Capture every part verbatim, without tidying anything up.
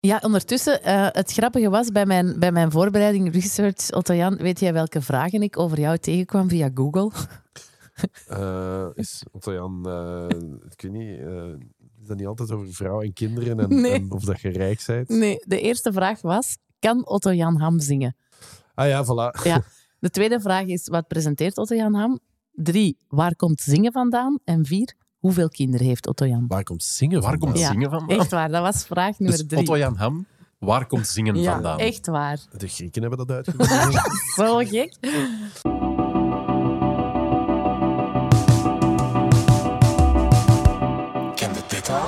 Ja, ondertussen, uh, het grappige was, bij mijn, bij mijn voorbereiding research, Otto-Jan, weet jij welke vragen ik over jou tegenkwam via Google? Uh, is Otto-Jan, uh, ik weet niet, uh, is dat niet altijd over vrouwen en kinderen en, nee. en of dat je rijk bent? Nee, de eerste vraag was, kan Otto-Jan Ham zingen? Ah ja, voilà. Ja. De tweede vraag is, wat presenteert Otto-Jan Ham? Drie, waar komt zingen vandaan? En vier, hoeveel kinderen heeft Otto-Jan? Waar komt zingen waar vandaan? Komt ja, zingen vandaan? Echt waar, dat was vraag nummer dus drie. Otto-Jan Ham, waar komt zingen ja, vandaan? Echt waar. De Grieken hebben dat uitgevonden. Zo gek. Kende dit al?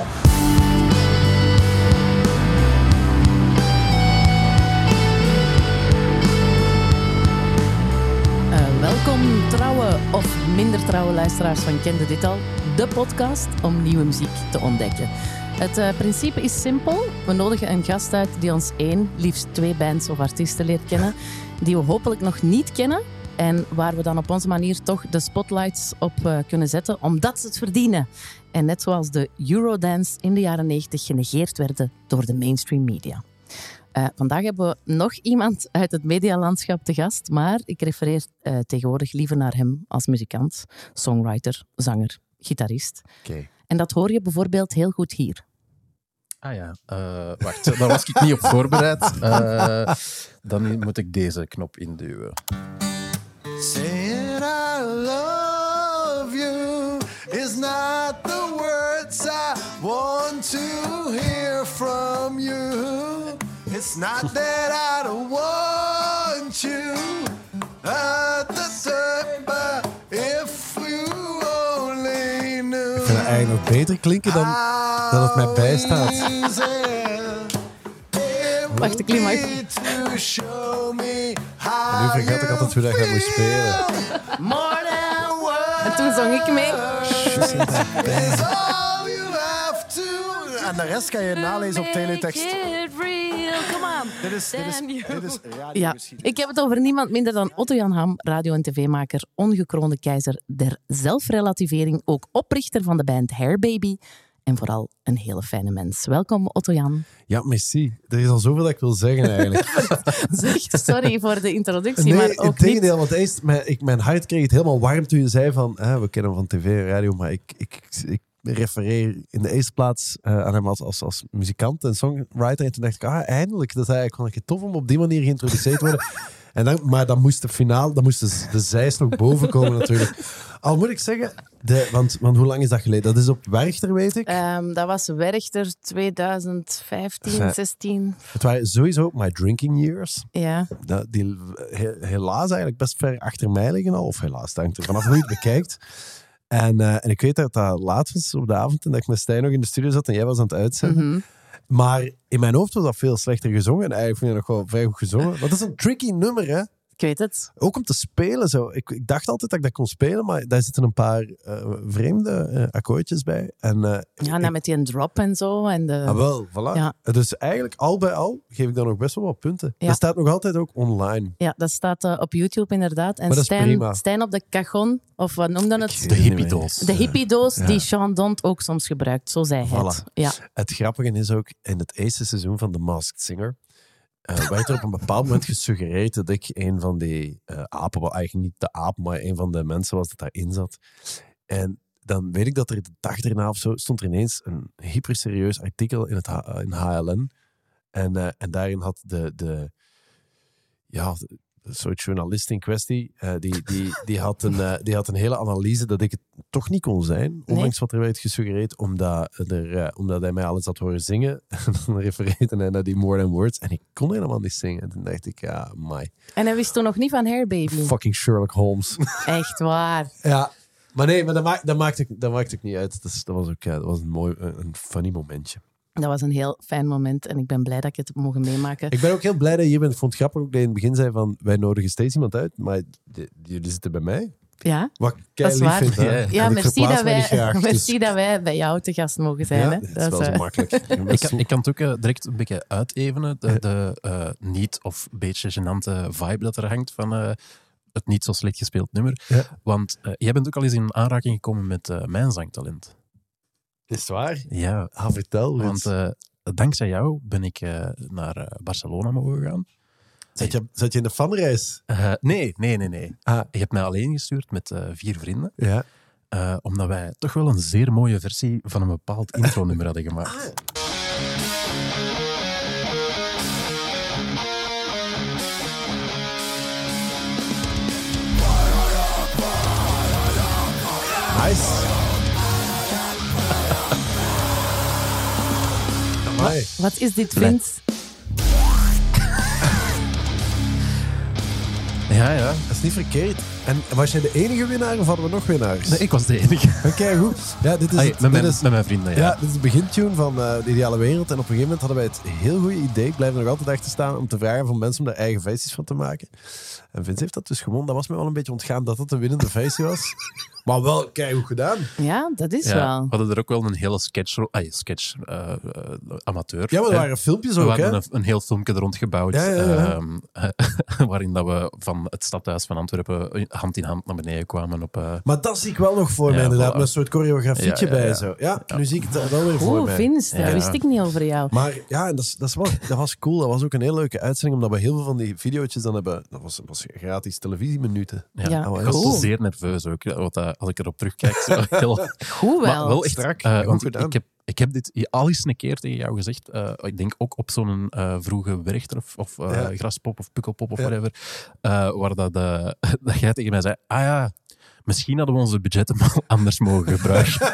Uh, welkom trouwe of minder trouwe luisteraars van Kende Dit Al, de podcast om nieuwe muziek te ontdekken. Het uh, principe is simpel. We nodigen een gast uit die ons één, liefst twee bands of artiesten leert kennen, die we hopelijk nog niet kennen en waar we dan op onze manier toch de spotlights op uh, kunnen zetten, omdat ze het verdienen. En net zoals de Eurodance in de jaren negentig genegeerd werden door de mainstream media. Uh, vandaag hebben we nog iemand uit het medialandschap te gast, maar ik refereer uh, tegenwoordig liever naar hem als muzikant, songwriter, zanger, gitarist. Okay. En dat hoor je bijvoorbeeld heel goed hier. Ah ja, uh, wacht, daar was ik niet op voorbereid. Uh, dan moet ik deze knop induwen. Saying I love you is not the words I want to hear from you. It's not that I don't want you at the time, but if you only knew. Ik vind het eigenlijk nog beter klinken dan dat het mij bijstaat. Wacht, ik klim uit. En nu vergat ik altijd hoe dat je moest spelen. En toen zong ik mee. En de rest kan je nalezen op teletext. Dit is, dit is, dit is ja, ik heb het over niemand minder dan Otto-Jan Ham, radio- en tv-maker, ongekroonde keizer der zelfrelativering, ook oprichter van de band Hair Baby en vooral een hele fijne mens. Welkom, Otto-Jan. Ja, merci. Er is al zoveel dat ik wil zeggen eigenlijk. Zeg, sorry voor de introductie, nee, maar ook het tegendeel, niet... want eerst, mijn, ik, mijn hart kreeg het helemaal warm toen je zei van, hè, we kennen hem van tv en radio, maar ik, ik, ik refereer in de eerste plaats uh, aan hem als, als, als muzikant en songwriter. En toen dacht ik, ah, eindelijk, dat is eigenlijk wel een keer tof om op die manier geïntroduceerd te worden. En dan, maar dan moest de finale, dan moest de, de zijs nog boven komen natuurlijk. Al moet ik zeggen, de, want, want hoe lang is dat geleden? Dat is op Werchter, weet ik. Um, dat was Werchter twintig vijftien, zestien. Het waren sowieso my drinking years. Ja. Dat, die he, helaas eigenlijk best ver achter mij liggen al. Of helaas, dat hangt er vanaf hoe je het bekijkt. En, uh, en ik weet dat dat laat was op de avond en dat ik met Stijn nog in de studio zat en jij was aan het uitzenden. Mm-hmm. Maar in mijn hoofd was dat veel slechter gezongen. En eigenlijk vind je nog wel vrij goed gezongen. Want dat is een tricky nummer, hè? Ik weet het. Ook om te spelen. Zo. Ik, ik dacht altijd dat ik dat kon spelen, maar daar zitten een paar uh, vreemde uh, akkoordjes bij. En, uh, ja, nou, met die een drop en zo. En de... Ah, wel, voilà. Ja. Dus eigenlijk, al bij al, geef ik dan nog best wel wat punten. Ja. Dat staat nog altijd ook online. Ja, dat staat uh, op YouTube inderdaad. En maar dat is Stijn, prima. Stijn op de cajon, of wat noemde het? De hippiedoos. De hippiedoos Ja. die Sean Dont ook soms gebruikt. Zo zei hij het. Voilà. Ja. Het grappige is ook, in het eerste seizoen van The Masked Singer uh, werd er op een bepaald moment gesuggereerd dat ik een van die uh, apen, wel eigenlijk niet de aap, maar een van de mensen was dat daarin zat. En dan weet ik dat er de dag erna of zo stond er ineens een hyperserieus artikel in het H- in H L N. En, uh, en daarin had de, de ja, een soort journalist in kwestie, uh, die, die, die, had een, uh, die had een hele analyse dat ik het toch niet kon zijn, ondanks Nee. wat er werd gesuggereerd, omdat, er, uh, omdat hij mij al eens had horen zingen. En dan refereerde hij naar die More Than Words. En ik kon helemaal niet zingen. En toen dacht ik, ja, my. En hij wist toen nog niet van Hair Baby. Fucking Sherlock Holmes. Echt waar. Ja. Maar nee, maar dat, maakt, dat, maakte, ik, dat maakte ik niet uit. Dat, is, dat was ook uh, dat was een mooi, een, een funny momentje. Dat was een heel fijn moment en ik ben blij dat ik het heb mogen meemaken. Ik ben ook heel blij dat je hier bent. Ik vond het grappig ook dat je in het begin zei van, wij nodigen steeds iemand uit, maar de, jullie zitten bij mij. Ja, Wat ik dat is lief waar. vind, hè. Ja, ja En ik merci, verplaats dat mij wij, niet graag, merci dus- dat wij bij jou te gast mogen zijn. Ja, hè. dat is Dat wel is, zo uh, makkelijk. Ik kan, ik kan het ook uh, direct een beetje uitevenen, de, de uh, niet of een beetje gênante vibe dat er hangt van uh, het niet zo slecht gespeeld nummer. Ja. Want uh, jij bent ook al eens in aanraking gekomen met uh, mijn zangtalent. Is het waar? Ja, Ah, vertel. want uh, dankzij jou ben ik uh, naar uh, Barcelona mogen gaan. Zat je, zat je in de fanreis? Uh, nee, nee, nee. nee. Ah. Je hebt mij alleen gestuurd met uh, vier vrienden. Ja. Uh, omdat wij toch wel een zeer mooie versie van een bepaald intro-nummer hadden gemaakt. Nice. Amai. Wat is dit, Vince? Ja, ja. Dat is niet verkeerd. En was jij de enige winnaar of hadden we nog winnaars? Nee, ik was de enige. Oké, okay, goed. Ja, dit is Ay, het, met, dit mijn, is, met mijn vrienden, ja. ja. Dit is de begintune van uh, de ideale wereld. En op een gegeven moment hadden wij het heel goede idee. Ik blijf er nog altijd achter staan om te vragen van mensen om daar eigen versies van te maken. En Vince heeft dat dus gewonnen. Dat was mij wel een beetje ontgaan dat dat de winnende versie was. Maar wel keigoed gedaan. Ja, dat is Ja, wel. we hadden er ook wel een hele sketch, ay, sketch uh, uh, amateur. Ja, maar er hè. waren filmpjes We ook, hadden hè? een, een heel filmpje er rond gebouwd, Ja, ja, ja. um, waarin dat we van het stadhuis van Antwerpen hand in hand naar beneden kwamen. Op, uh, Maar dat zie ik wel nog voor Ja, mij, inderdaad. voilà. Met een soort choreografietje Ja, ja, ja. bij. Zo. Ja, nu zie ik het wel weer voor Oeh, mij. Vince, dat Ja. wist ik niet over jou. Maar ja, dat, is, dat, is wel, dat was cool. Dat was ook een heel leuke uitzending, omdat we heel veel van die video's dan hebben. Dat was, was gratis televisieminuten. ja, Ja, ik was cool. zeer nerveus ook, wat, uh, als ik erop terugkijk. Zo, heel, Goed wel. maar wel echt Strak, uh, goed want ik, gedaan. ik, heb, ik heb dit al eens een keer tegen jou gezegd. Uh, ik denk ook op zo'n uh, vroege Werchter of, of uh, Ja. Graspop of Pukkelpop of Ja. whatever. Uh, waar dat, uh, dat jij tegen mij zei, ah ja, misschien hadden we onze budgetten wel anders mogen gebruiken.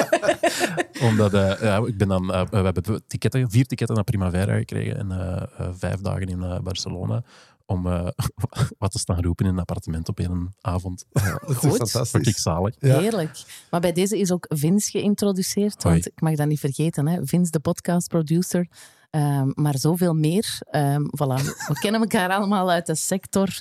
Omdat, uh, ja, ik ben dan, uh, we hebben ticketten, vier ticketten naar Primavera gekregen en uh, uh, vijf dagen in uh, Barcelona. Om uh, wat te staan roepen in een appartement op een avond. Dat is Goed. fantastisch. Vond ik zalig. Ja. Heerlijk. Maar bij deze is ook Vince geïntroduceerd, Hoi. want ik mag dat niet vergeten. Hè? Vince, de podcastproducer, um, maar zoveel meer. Um, voilà. We kennen elkaar allemaal uit de sector.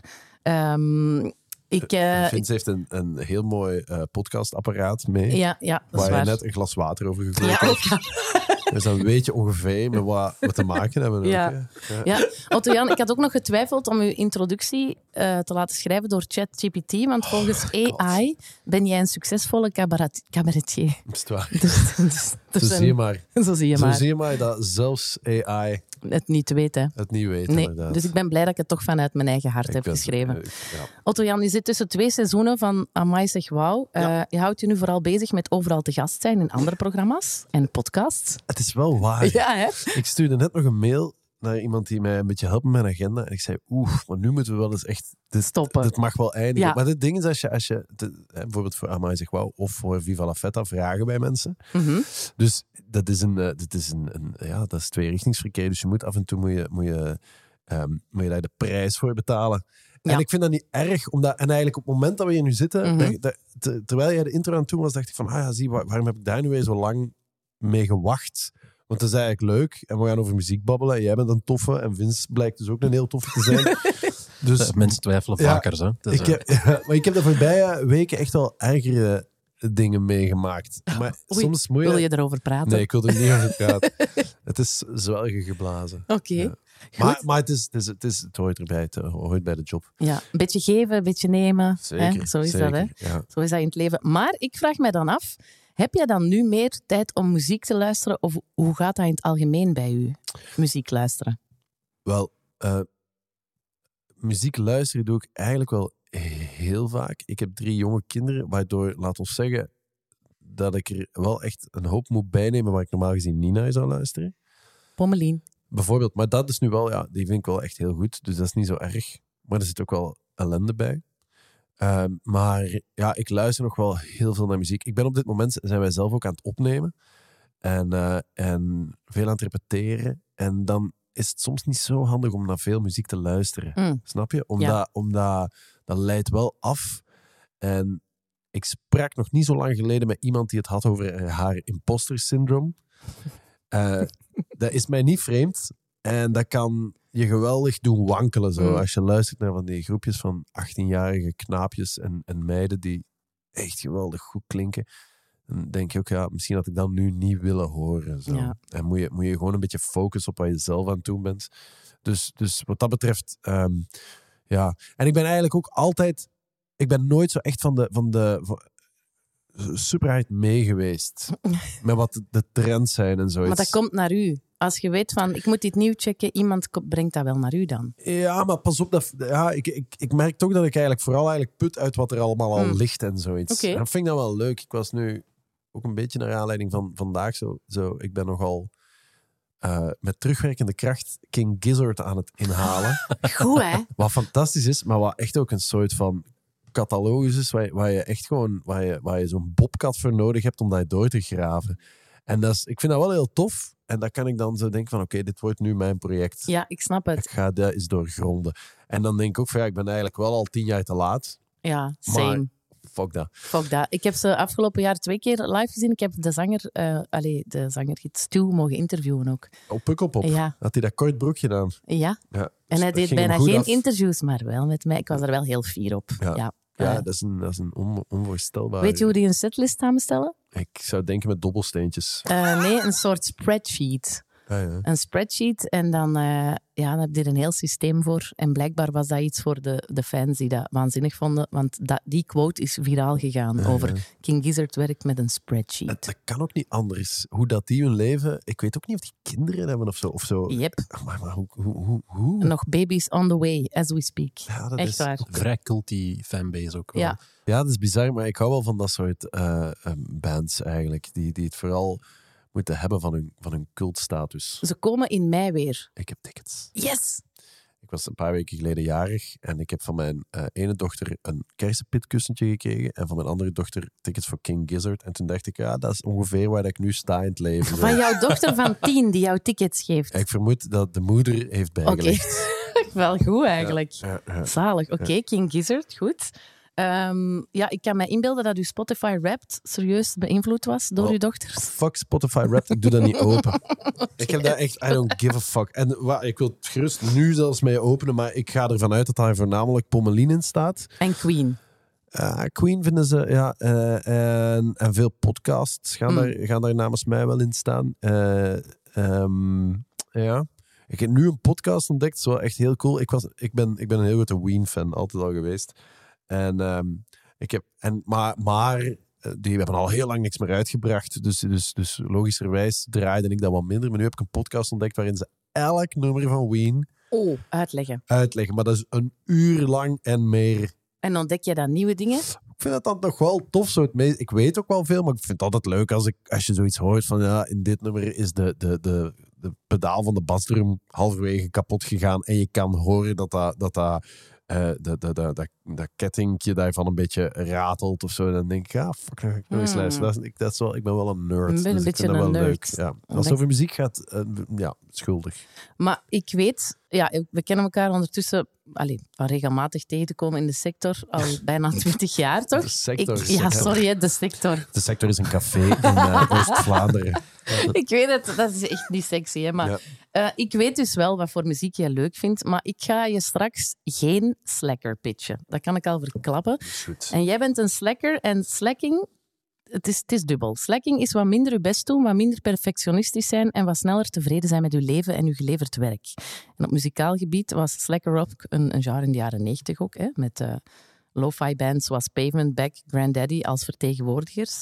Um, ik, uh, Vince heeft een, een heel mooi uh, podcastapparaat mee. ja, ja, dat is waar je waar. net een glas water over gegooid Ja, hebt. ook, ja. Dus dan weet je ongeveer met wat we te maken hebben. Ook, Ja. hè. Ja. Ja, Otto-Jan, ik had ook nog getwijfeld om uw introductie uh, te laten schrijven door ChatGPT, want volgens A I ben jij een succesvolle cabaret, cabaretier. Is het waar? Dus, dus, er Zo zijn- zie je maar. Zo zie je Zo maar. zie je maar dat zelfs A I Het niet te weten. het niet weet. Nee, inderdaad. dus ik ben blij dat ik het toch vanuit mijn eigen hart Ik heb ben- geschreven. eh, ja. Otto-Jan, je zit tussen twee seizoenen van Amai zeg wauw. Uh, Ja. Je houdt je nu vooral bezig met overal te gast zijn in andere programma's en podcasts. Het is wel waar. Ja, hè? Ik stuurde net nog een mail naar iemand die mij een beetje helpt met mijn agenda. En ik zei, oeh, maar nu moeten we wel eens echt... Dit, Stoppen. Dit mag wel eindigen. Ja. Maar het ding is, als je, als je de, hè, bijvoorbeeld voor Amai zeg wauw of voor Viva la Feta vragen bij mensen. Mhm. Dus dat is een, uh, dit is een, een ja, dat is tweerichtingsverkeer. Dus je moet af en toe moet je, moet je, um, moet je daar de prijs voor betalen. Ja. En ik vind dat niet erg, omdat, en eigenlijk op het moment dat we hier nu zitten, Mhm. dat- dat- te- terwijl jij de intro aan het doen was, dacht ik van, ah ja, zie, waar- waarom heb ik daar nu weer zo lang mee gewacht? Want het is eigenlijk leuk en we gaan over muziek babbelen. En jij bent een toffe en Vince blijkt dus ook een heel toffe te zijn. Dus Uh, mensen twijfelen Ja, vaker. Zo. Dus, ik uh, heb, ja, maar ik heb de voorbije weken echt wel ergere dingen meegemaakt. Maar Oei, soms moet je... Wil je erover praten? Nee, ik wil er niet over praten. Het is zwelgen geblazen. Oké. Ja. Goed. Maar, maar het, is, het, is, het, is, het hoort erbij, het hoort bij de job. Ja, een beetje geven, een beetje nemen. Zeker. Hè? Zo is zeker, dat, hè? Ja. Zo is dat in het leven. Maar ik vraag mij dan af, heb jij dan nu meer tijd om muziek te luisteren? Of hoe gaat dat in het algemeen bij u, muziek luisteren? Wel, uh, muziek luisteren doe ik eigenlijk wel heel vaak. Ik heb drie jonge kinderen, waardoor, laat ons zeggen, dat ik er wel echt een hoop moet bijnemen waar ik normaal gezien niet naar zou luisteren. Pommelien. Bijvoorbeeld, maar dat is nu wel, ja, die vind ik wel echt heel goed. Dus dat is niet zo erg. Maar er zit ook wel ellende bij. Uh, maar ja, ik luister nog wel heel veel naar muziek. Ik ben op dit moment, zijn wij zelf ook aan het opnemen. En, uh, en veel aan het repeteren. En dan is het soms niet zo handig om naar veel muziek te luisteren. Mm. Snap je? Omdat, Ja. omdat dat leidt wel af. En ik sprak nog niet zo lang geleden met iemand die het had over haar imposter syndroom. Uh, dat is mij niet vreemd. En dat kan je geweldig doen wankelen. Zo. Mm. Als je luistert naar van die groepjes van achttienjarige knaapjes en, en meiden die echt geweldig goed klinken. Dan denk je ook, ja, misschien had ik dat nu niet willen horen. Zo. Ja. En moet je, moet je gewoon een beetje focussen op wat je zelf aan het doen bent. Dus, dus wat dat betreft, um, ja. En ik ben eigenlijk ook altijd, ik ben nooit zo echt van de, van de van, super hard mee geweest. Met wat de trends zijn en zoiets. Maar dat komt naar u. Als je weet van, ik moet dit nieuw checken, iemand ko- brengt dat wel naar u dan. Ja, maar pas op. Dat, ja, ik, ik, ik merk toch dat ik eigenlijk vooral eigenlijk put uit wat er allemaal al Hmm. ligt en zoiets. Oké. En dat vind ik dan wel leuk. Ik was nu ook een beetje naar aanleiding van vandaag zo. zo ik ben nogal uh, met terugwerkende kracht King Gizzard aan het inhalen. Goed, hè? Wat fantastisch is, maar wat echt ook een soort van catalogus is, waar je, waar je echt gewoon waar je, waar je zo'n bobcat voor nodig hebt om dat door te graven. En dat is, ik vind dat wel heel tof. En dan kan ik dan zo denken van, oké, okay, dit wordt nu mijn project. Ja, ik snap Ik het. ga dat eens doorgronden. En dan denk ik ook van, ja, ik ben eigenlijk wel al tien jaar te laat. Ja, same. Maar fuck dat. Fuck dat. Ik heb ze afgelopen jaar twee keer live gezien. Ik heb de zanger, uh, allee, de zanger Stu mogen interviewen ook. Op Pukkelpop. Ja. Had hij dat kort broekje gedaan? Ja. Ja. En Dus hij dat deed ging hem bijna goed geen af. interviews, maar wel met mij. Ik was er wel heel fier op. Ja. Ja. Ja, Uh, dat is een, dat is een on, onvoorstelbaar... weet je hoe die een setlist samenstellen? Ik zou denken met dobbelsteentjes. Uh, nee, een soort spreadsheet. Ah, ja. Een spreadsheet en dan, uh, ja, dan heb je er een heel systeem voor. En blijkbaar was dat iets voor de, de fans die dat waanzinnig vonden. Want dat, die quote is viraal gegaan Ja, over ja. King Gizzard werkt met een spreadsheet. Het, dat kan ook niet anders. Hoe dat die hun leven... Ik weet ook niet of die kinderen hebben of zo. Of zo. Yep. Maar, maar hoe... hoe, hoe, hoe? Nog babies on the way, as we speak. Ja, dat Echt is, waar. Vrij culty fanbase ook wel. Ja. Ja, dat is bizar, maar ik hou wel van dat soort uh, um, bands eigenlijk. Die, die het vooral moeten hebben van hun, van hun cultstatus. Ze komen in mei weer. Ik heb tickets. Yes! Ik was een paar weken geleden jarig en ik heb van mijn uh, ene dochter een kersenpitkussentje gekregen en van mijn andere dochter tickets voor King Gizzard. En toen dacht ik, ja, dat is ongeveer waar ik nu sta in het leven. Van jouw dochter van tien die jou tickets geeft. Ik vermoed dat de moeder heeft bijgelegd. Oké, okay. Wel goed eigenlijk. Ja, ja, ja. Zalig. Oké, okay, King Gizzard, goed. Um, ja, ik kan me inbeelden dat uw Spotify Wrapped serieus beïnvloed was door oh, uw dochters. Fuck Spotify Wrapped, ik doe dat niet open. Okay. Ik heb daar echt, I don't give a fuck. En wat, ik wil het gerust nu zelfs mee openen, maar ik ga ervan uit dat daar voornamelijk Pommelien in staat. En Queen. Uh, Queen vinden ze, ja. Uh, en, en veel podcasts gaan, mm. daar, gaan daar namens mij wel in staan. Uh, um, ja. Ik heb nu een podcast ontdekt, dat is wel echt heel cool. Ik, was, ik, ben, ik ben een heel grote Ween-fan, altijd al geweest. En, um, ik heb, en, maar, maar die hebben al heel lang niks meer uitgebracht. Dus, dus, dus logischerwijs draaide ik dat wat minder. Maar nu heb ik een podcast ontdekt waarin ze elk nummer van Ween oh, uitleggen. uitleggen. Maar dat is een uur lang en meer. En ontdek je dan nieuwe dingen? Ik vind het dan toch wel tof. Zo het meest, ik weet ook wel veel, maar ik vind het altijd leuk als, ik, als je zoiets hoort van ja, in dit nummer is de, de, de, de pedaal van de basdrum halverwege kapot gegaan. En je kan horen dat dat... dat, dat Uh, dat, dat, dat, dat, dat kettingje daarvan een beetje ratelt of zo. Dan denk ik, ja, fuck, dan ga ik nog eens mm. luisteren. Dat is, ik, dat is wel, ik ben wel een nerd. Ik ben een dus beetje ik vind een dat wel nerd. leuk. Ja. Als het over muziek gaat, uh, ja, schuldig. Maar ik weet, ja, we kennen elkaar ondertussen allez, van regelmatig tegen te komen in de sector al bijna twintig jaar, toch? De sector. Ik, ja, sorry, hè, de sector. De sector is een café in uh, Oost-Vlaanderen. Ik weet het, dat is echt niet sexy, hè, maar... Ja. Uh, ik weet dus wel wat voor muziek je leuk vindt, maar ik ga je straks geen slacker pitchen. Dat kan ik al verklappen. Goed. En jij bent een slacker en slacking, het is, het is dubbel. Slacking is wat minder je best doen, wat minder perfectionistisch zijn en wat sneller tevreden zijn met je leven en je geleverd werk. En op muzikaal gebied was slacker rock een, een genre in de jaren negentig ook, hè, met uh, lo-fi bands zoals Pavement, Beck, Grandaddy als vertegenwoordigers.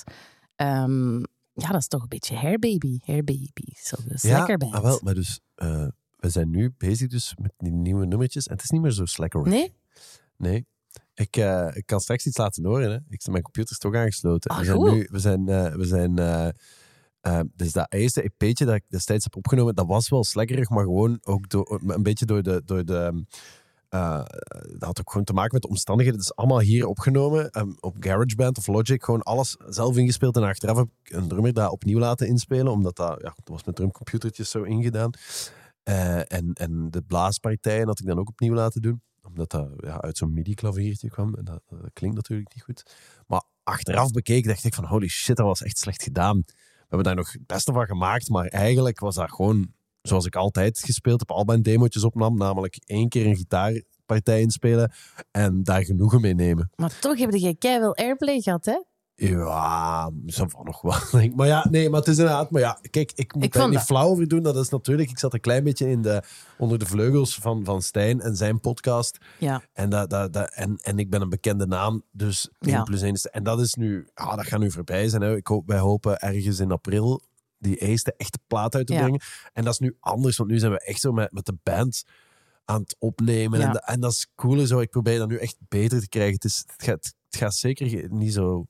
Um, Ja, dat is toch een beetje Hairbaby. Hairbaby, zo de slackerband. Ja, ah, wel, maar dus, uh, we zijn nu bezig dus met die nieuwe nummertjes. En het is niet meer zo slacker rock. Nee? Nee. Ik, uh, ik kan straks iets laten horen. Hè. Ik, mijn computer is toch aangesloten. Ah, we zijn goed. nu, we zijn, uh, we zijn uh, uh, dus dat eerste E P'tje dat ik destijds heb opgenomen, dat was wel slackerig, maar gewoon ook door, een beetje door de... Door de Uh, dat had ook gewoon te maken met de omstandigheden. Het is allemaal hier opgenomen. Um, op GarageBand of Logic. Gewoon alles zelf ingespeeld. En achteraf heb ik een drummer dat opnieuw laten inspelen. Omdat dat... Ja, dat was met drumcomputertjes zo ingedaan. Uh, en, en de blaaspartijen had ik dan ook opnieuw laten doen. Omdat dat ja, uit zo'n midi-klaviertje kwam. En dat, dat klinkt natuurlijk niet goed. Maar achteraf bekeken dacht ik van... Holy shit, dat was echt slecht gedaan. We hebben daar nog het beste van gemaakt. Maar eigenlijk was dat gewoon... Zoals ik altijd gespeeld heb, al mijn demootjes opnam, namelijk één keer een gitaarpartij inspelen en daar genoegen mee nemen. Maar toch heb je keiveel airplay gehad, hè? Ja, zo van nog wel. Maar ja, nee, maar het is inderdaad... Maar ja, kijk, ik moet daar niet dat... flauw over doen. Dat is natuurlijk... Ik zat een klein beetje in de, onder de vleugels van, van Stijn en zijn podcast. Ja. En, dat, dat, dat, en, en ik ben een bekende naam, dus één ja. plus één is... En dat is nu... Ja, dat gaat nu voorbij zijn. Hè. Ik hoop, wij hopen ergens in april... die eerste echte plaat uit te Ja. brengen. En dat is nu anders, want nu zijn we echt zo met, met de band aan het opnemen. Ja. En, de- en dat is cooler zo. Ik probeer dat nu echt beter te krijgen. Het, is, het, gaat, het gaat zeker ge- niet zo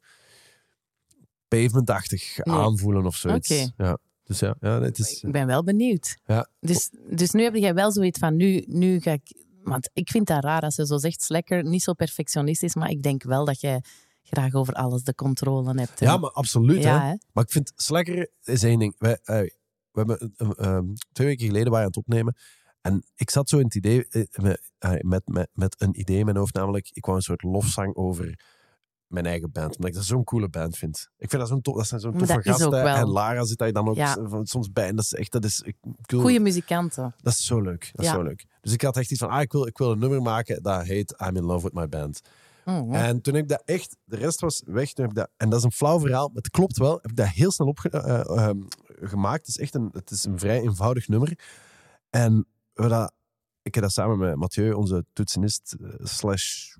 pavementachtig Nee. aanvoelen of zoiets. Oké. Ja. Dus ja, ja het is... Ik ben wel benieuwd. Ja. Dus, dus nu heb jij wel zoiets van, nu, nu ga ik... Want ik vind dat raar als ze zo zegt, Slacker, niet zo perfectionistisch, maar ik denk wel dat jij graag over alles de controle hebt. hè. Ja, maar absoluut. Ja, hè. hè. Maar ik vind Slacker is één ding. Wij, eh, we hebben uh, um, twee weken geleden waren we aan het opnemen. En ik zat zo in het idee, eh, met, eh, met, met, met een idee in mijn hoofd, namelijk, ik wou een soort lofzang over mijn eigen band. Omdat ik dat zo'n coole band vind. Ik vind dat zo'n tof, dat zijn zo'n Maar toffe dat is ook gasten. wel. En Lara zit daar dan ook Ja. s- soms bij. En dat is echt, dat is, ik, ik wil- Goeie muzikanten. dat is zo leuk. Dat is Ja. zo leuk. Dus ik had echt iets van, ah, ik wil, ik wil een nummer maken dat heet I'm in love with my band. Oh, En toen heb ik dat echt, de rest was weg. Toen heb ik dat, en dat is een flauw verhaal, maar het klopt wel. Heb ik dat heel snel opgemaakt. Het is echt een, het is een vrij eenvoudig nummer. En we dat, ik heb dat samen met Mathieu, onze toetsenist eh, slash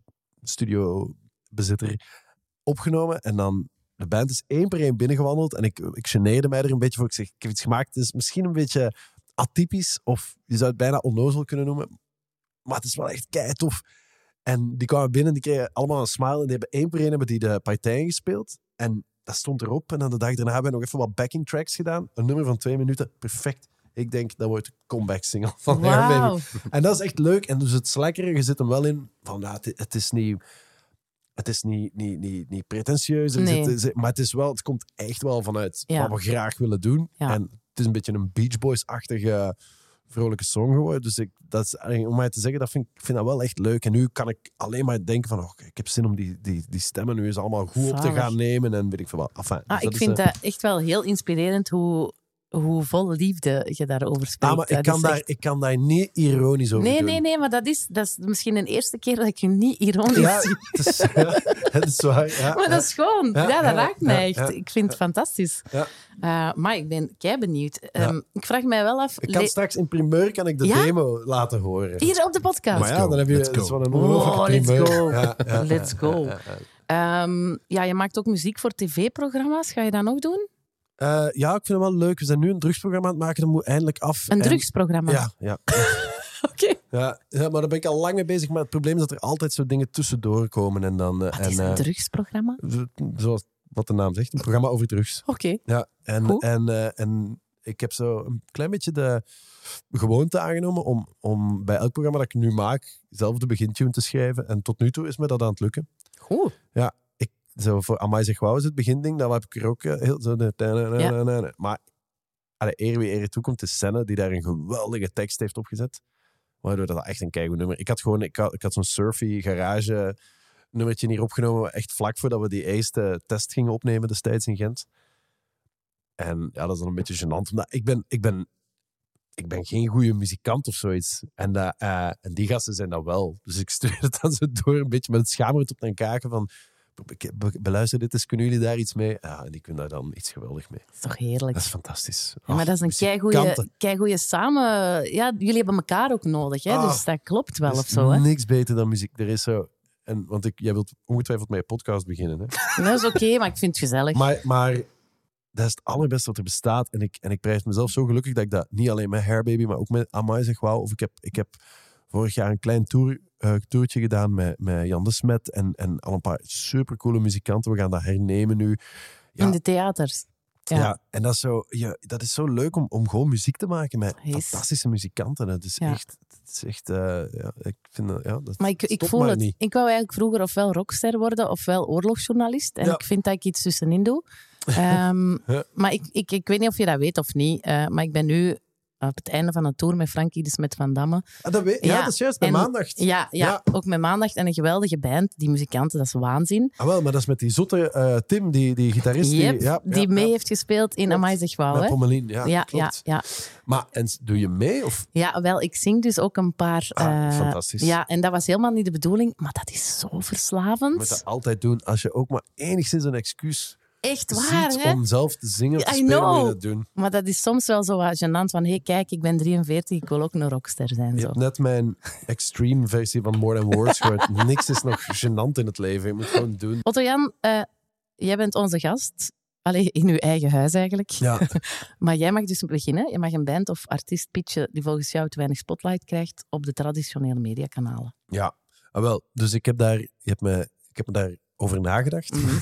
studiobezitter, opgenomen. En dan, de band is één per één binnengewandeld. En ik, ik geneerde mij er een beetje voor. Ik zeg, ik heb iets gemaakt. Het is misschien een beetje atypisch, of je zou het bijna onnozel kunnen noemen. Maar het is wel echt keitof. En die kwamen binnen, die kregen allemaal een smile. En die hebben één per één hebben die de partij gespeeld. En dat stond erop. En dan de dag daarna hebben we nog even wat backing tracks gedaan. Een nummer van twee minuten. Perfect. Ik denk, dat wordt de comeback single van Hair Wauw. Baby. En dat is echt leuk. En dus het Slacker, je zit hem wel in van, nou, het, het is niet... Het is niet, niet, niet, niet pretentieus, er Nee. zit- zit- maar het, is wel, het komt echt wel vanuit Ja. wat we graag willen doen. Ja. En het is een beetje een Beach Boys-achtige vrolijke song geworden. Dus ik, dat is, om mij te zeggen, dat vind, ik ik vind dat wel echt leuk. En nu kan ik alleen maar denken van, oh, ik heb zin om die, die, die stemmen nu eens allemaal goed op te Zalig. gaan nemen. En weet ik veel wat. Enfin, Ah, dus ik is, vind eh, dat echt wel heel inspirerend hoe, hoe vol liefde je daarover spreekt. ah, maar ik Dat kan, is daar, echt- ik kan daar niet ironisch over Nee, doen. nee, nee, maar dat is, dat is misschien de eerste keer dat ik je niet ironisch Ja, zie. het is, ja, het is waar. Ja, Maar dat is gewoon, ja, Ja, dat ja, raakt mij ja, echt. ja, Ik vind het fantastisch. Ja. Uh, maar ik ben kei benieuwd. Um, Ik vraag mij wel af... Ik kan le- straks in primeur kan ik de Ja? demo laten horen. Hier op de podcast. Maar ja, go, dan heb je let's het is go. wel een Oh, ongelofelijke let's primeur. go. Ja, ja, Let's ja, go. ja, ja. Um, ja, je maakt ook muziek voor tv-programma's. Ga je dat nog doen? Uh, ja, ik vind het wel leuk. We zijn nu een drugsprogramma aan het maken. Dat moet eindelijk af. Een En- drugsprogramma? Ja, ja, Oké. ja, ja, maar daar ben ik al lang mee bezig. Maar het probleem is dat er altijd zo dingen tussendoor komen. En dan, uh, Wat en, is een uh, drugsprogramma? zo- zoals wat de naam zegt, een programma over drugs. Oké. Ja, en, Goed. en, uh, en ik heb zo een klein beetje de gewoonte aangenomen om, om bij elk programma dat ik nu maak zelf de begintune te schrijven. En tot nu toe is me dat aan het lukken. Goed. Zo voor Amai zeg wauw is het beginding, dat heb ik er ook uh, heel zo de... Ja. Maar allee, eer wie eer toekomt, is Senne, die daar een geweldige tekst heeft opgezet. Waardoor dat echt een keigoed nummer... Ik had gewoon ik had, ik had zo'n surfy garage nummertje hier opgenomen, echt vlak voordat we die eerste test gingen opnemen destijds in Gent. En ja, dat is dan een beetje gênant, omdat ik ben... Ik ben ik ben geen goede muzikant of zoiets. En, dat, uh, en die gasten zijn dat wel. Dus ik stuur het dan zo door, een beetje met het schaamrood op mijn kaken van... Be- beluister dit eens, kunnen jullie daar iets mee? Ja, en die kunnen daar dan iets geweldig mee. Dat is toch heerlijk. Dat is fantastisch. Ja, maar dat is een muzikanten. keigoeie samen... Ja, jullie hebben elkaar ook nodig, hè? Ah, Dus dat klopt wel Er of is zo, hè? niks beter dan muziek. Er is zo... En, want ik, jij wilt ongetwijfeld met je podcast beginnen. Hè? Dat is oké, maar ik vind het gezellig. Maar, maar dat is het allerbeste wat er bestaat. En ik, en ik prijs mezelf zo gelukkig dat ik dat niet alleen met Hair Baby, maar ook met Amai zeg wauw. Of ik heb, ik heb vorig jaar een klein tour, uh, toertje gedaan met, met Jan de Smet en, en al een paar supercoole muzikanten. We gaan dat hernemen nu. Ja, In de theaters. Ja. ja, en dat is zo, ja, dat is zo leuk om, om gewoon muziek te maken met Is. fantastische muzikanten. Het is Ja. echt, het is echt uh, ja, ik vind dat, ja, dat Maar ik, ik stopt voel maar het. niet. Ik wou eigenlijk vroeger ofwel rockster worden ofwel oorlogsjournalist. En Ja. ik vind dat ik iets tussenin doe. Um, Ja. Maar ik, ik, ik weet niet of je dat weet of niet. Uh, maar ik ben nu op het einde van een tour met Frankie de Smet van Damme. Ah, dat weet, ja, Ja, dat is juist, bij en- maandag. Ja, ja, Ja. ook met Maandag. En een geweldige band. Die muzikanten, dat is waanzin. Ah, wel, maar dat is met die zotte uh, Tim, die, die gitarist. Yep, die ja, die ja, mee ja, heeft gespeeld in Klopt. Amai zeg wauw. met hè? Pommelien. Ja, Ja, ja, klopt. ja. Maar en, doe je mee? Of? Ja, wel, ik zing dus ook een paar... Ah, eh, fantastisch. Ja, en dat was helemaal niet de bedoeling. Maar dat is zo Je moet verslavend. dat altijd doen. Als je ook maar enigszins een excuus Echt waar, ziet hè? om zelf te zingen of te I spelen, moet je know. dat doen. Maar dat is soms wel zo wat gênant van... Hé, hey, kijk, ik ben drieënveertig, ik wil ook een rockster zijn. Je Zo. hebt net mijn extreme versie van More Than Words gehoord. Niks is nog gênant in het leven. Je moet het gewoon doen. Otto-Jan, eh, jij bent onze gast. Allee, in uw eigen huis eigenlijk. Ja. Maar jij mag dus beginnen. Je mag een band of artiest pitchen die volgens jou te weinig spotlight krijgt op de traditionele mediakanalen. Ja, ah, wel. Dus ik heb daar, je hebt me, ik heb me daar over nagedacht. Mm.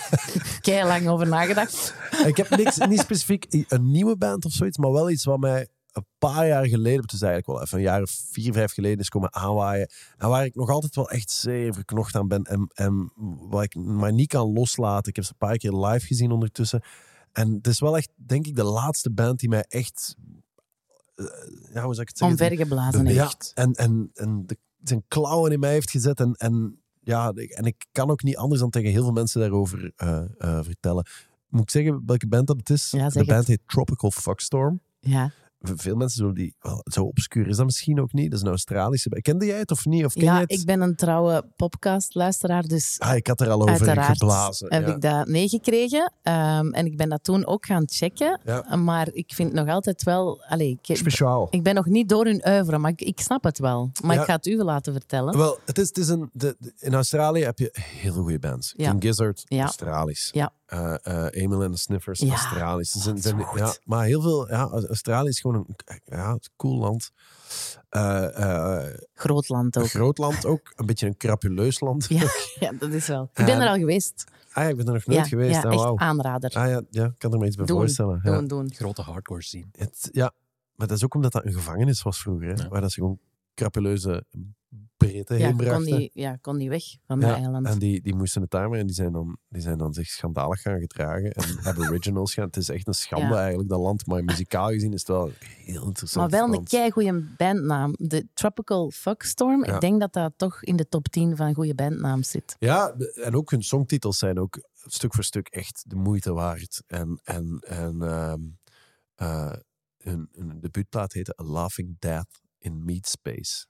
Kei lang over nagedacht. Ik heb niks, niet specifiek een nieuwe band of zoiets, maar wel iets wat mij een paar jaar geleden, het is eigenlijk wel even een jaar of vier, vijf geleden, is komen aanwaaien. En waar ik nog altijd wel echt zeer verknocht aan ben. En, en wat ik maar niet kan loslaten. Ik heb ze een paar keer live gezien ondertussen. En het is wel echt, denk ik, de laatste band die mij echt... Uh, ja, hoe zou ik het zeggen? Omvergeblazen Ja, echt. en, en, en de, zijn klauwen in mij heeft gezet. En, en, ja, en ik kan ook niet anders dan tegen heel veel mensen daarover uh, uh, vertellen. Moet ik zeggen welke band dat het is? Ja, de zeg band het. heet Tropical Fuckstorm. Ja. Veel mensen zullen die... Wel, zo obscuur is dat misschien ook niet. Dat is een Australische... Kende jij het of niet? Of ken ja, jij het? ik ben een trouwe podcastluisteraar, dus Ah, ik had er al over uiteraard geblazen. heb ja. ik dat meegekregen. Um, en ik ben dat toen ook gaan checken. Ja. Maar ik vind het nog altijd wel... Allee, ik, Speciaal. ik ben nog niet door hun oeuvre, maar ik, ik snap het wel. Maar Ja. ik ga het u laten vertellen. Wel, het is, het is een... De, de- in Australië heb je heel veel goede bands. Ja. King Gizzard, Ja. Australisch. Ja. Uh, uh, Emil and the Sniffers, Ja. Australisch. Ze zijn- Dat is zijn- goed. ja, maar heel veel... Ja, Australië is gewoon een ja, het is een cool land. Uh, uh, Groot land ook. een groot land ook. Een beetje een crapuleus land. Ja, ja, dat is wel. Ik ben En- er al geweest. Ah ja, ik ben er nog nooit Ja, geweest. ja, Ah, echt wauw. aanrader. Ah ja, ja, ik kan er me iets bij Doen, voorstellen. Ja. doen, doen. Grote hardcore scene. Het, ja, maar dat is ook omdat dat een gevangenis was vroeger. Hè, Ja. waar dat ze gewoon krapuleuze breten Ja, heen kon brachten. niet, ja, kon niet weg van dat Ja, eiland. en die, die moesten het daar maar en die zijn, dan, die zijn dan zich schandalig gaan gedragen. En aboriginals gaan. Het is echt een schande Ja. eigenlijk, dat land. Maar muzikaal gezien is het wel heel interessant. Maar wel een land. keigoeie bandnaam. De Tropical Fuckstorm. Ja. Ik denk dat dat toch in de top tien van goede bandnaams zit. Ja, de- en ook hun songtitels zijn ook stuk voor stuk echt de moeite waard. En, en, en ehm, uh, hun, hun debuutplaat heette A Laughing Death in Meat Space.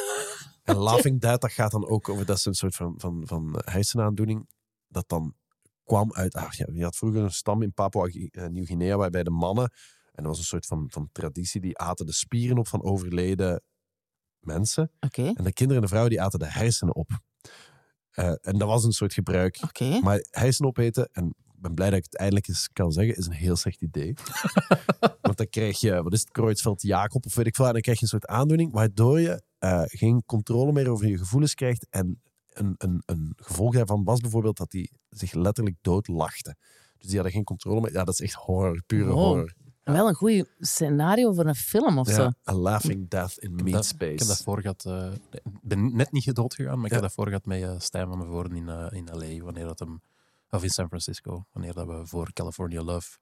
En Laughing Death, dat gaat dan ook over, dat is een soort van, van, van hersenaandoening, dat dan kwam uit, ah, ja, je had vroeger een stam in Papua uh, Nieuw-Guinea, waarbij de mannen, en dat was een soort van, van traditie, die aten de spieren op van overleden mensen. Oké, oké. En de kinderen en de vrouwen, die aten de hersenen op. Uh, en dat was een soort gebruik. Maar hersenen opeten, en ik ben blij dat ik het eindelijk eens kan zeggen, is een heel slecht idee. Want dan krijg je, wat is het, Creutzfeldt-Jakob of weet ik veel, en dan krijg je een soort aandoening, waardoor je uh, geen controle meer over je gevoelens krijgt. En een, een, een gevolg daarvan was bijvoorbeeld dat die zich letterlijk doodlachten. Dus die hadden geen controle meer. Ja, dat is echt horror, pure Wow. horror. Wel een goed scenario voor een film of zo. Ja, A Laughing Death in Ik heb Meat dat- Space. Ik heb dat voor gehad. eh, ik ben net niet dood gegaan, maar ik Ja. heb dat voor gehad met uh, Stijn van de Voorden in, uh, in L A. Wanneer dat hem, of in San Francisco. Wanneer dat we voor California Love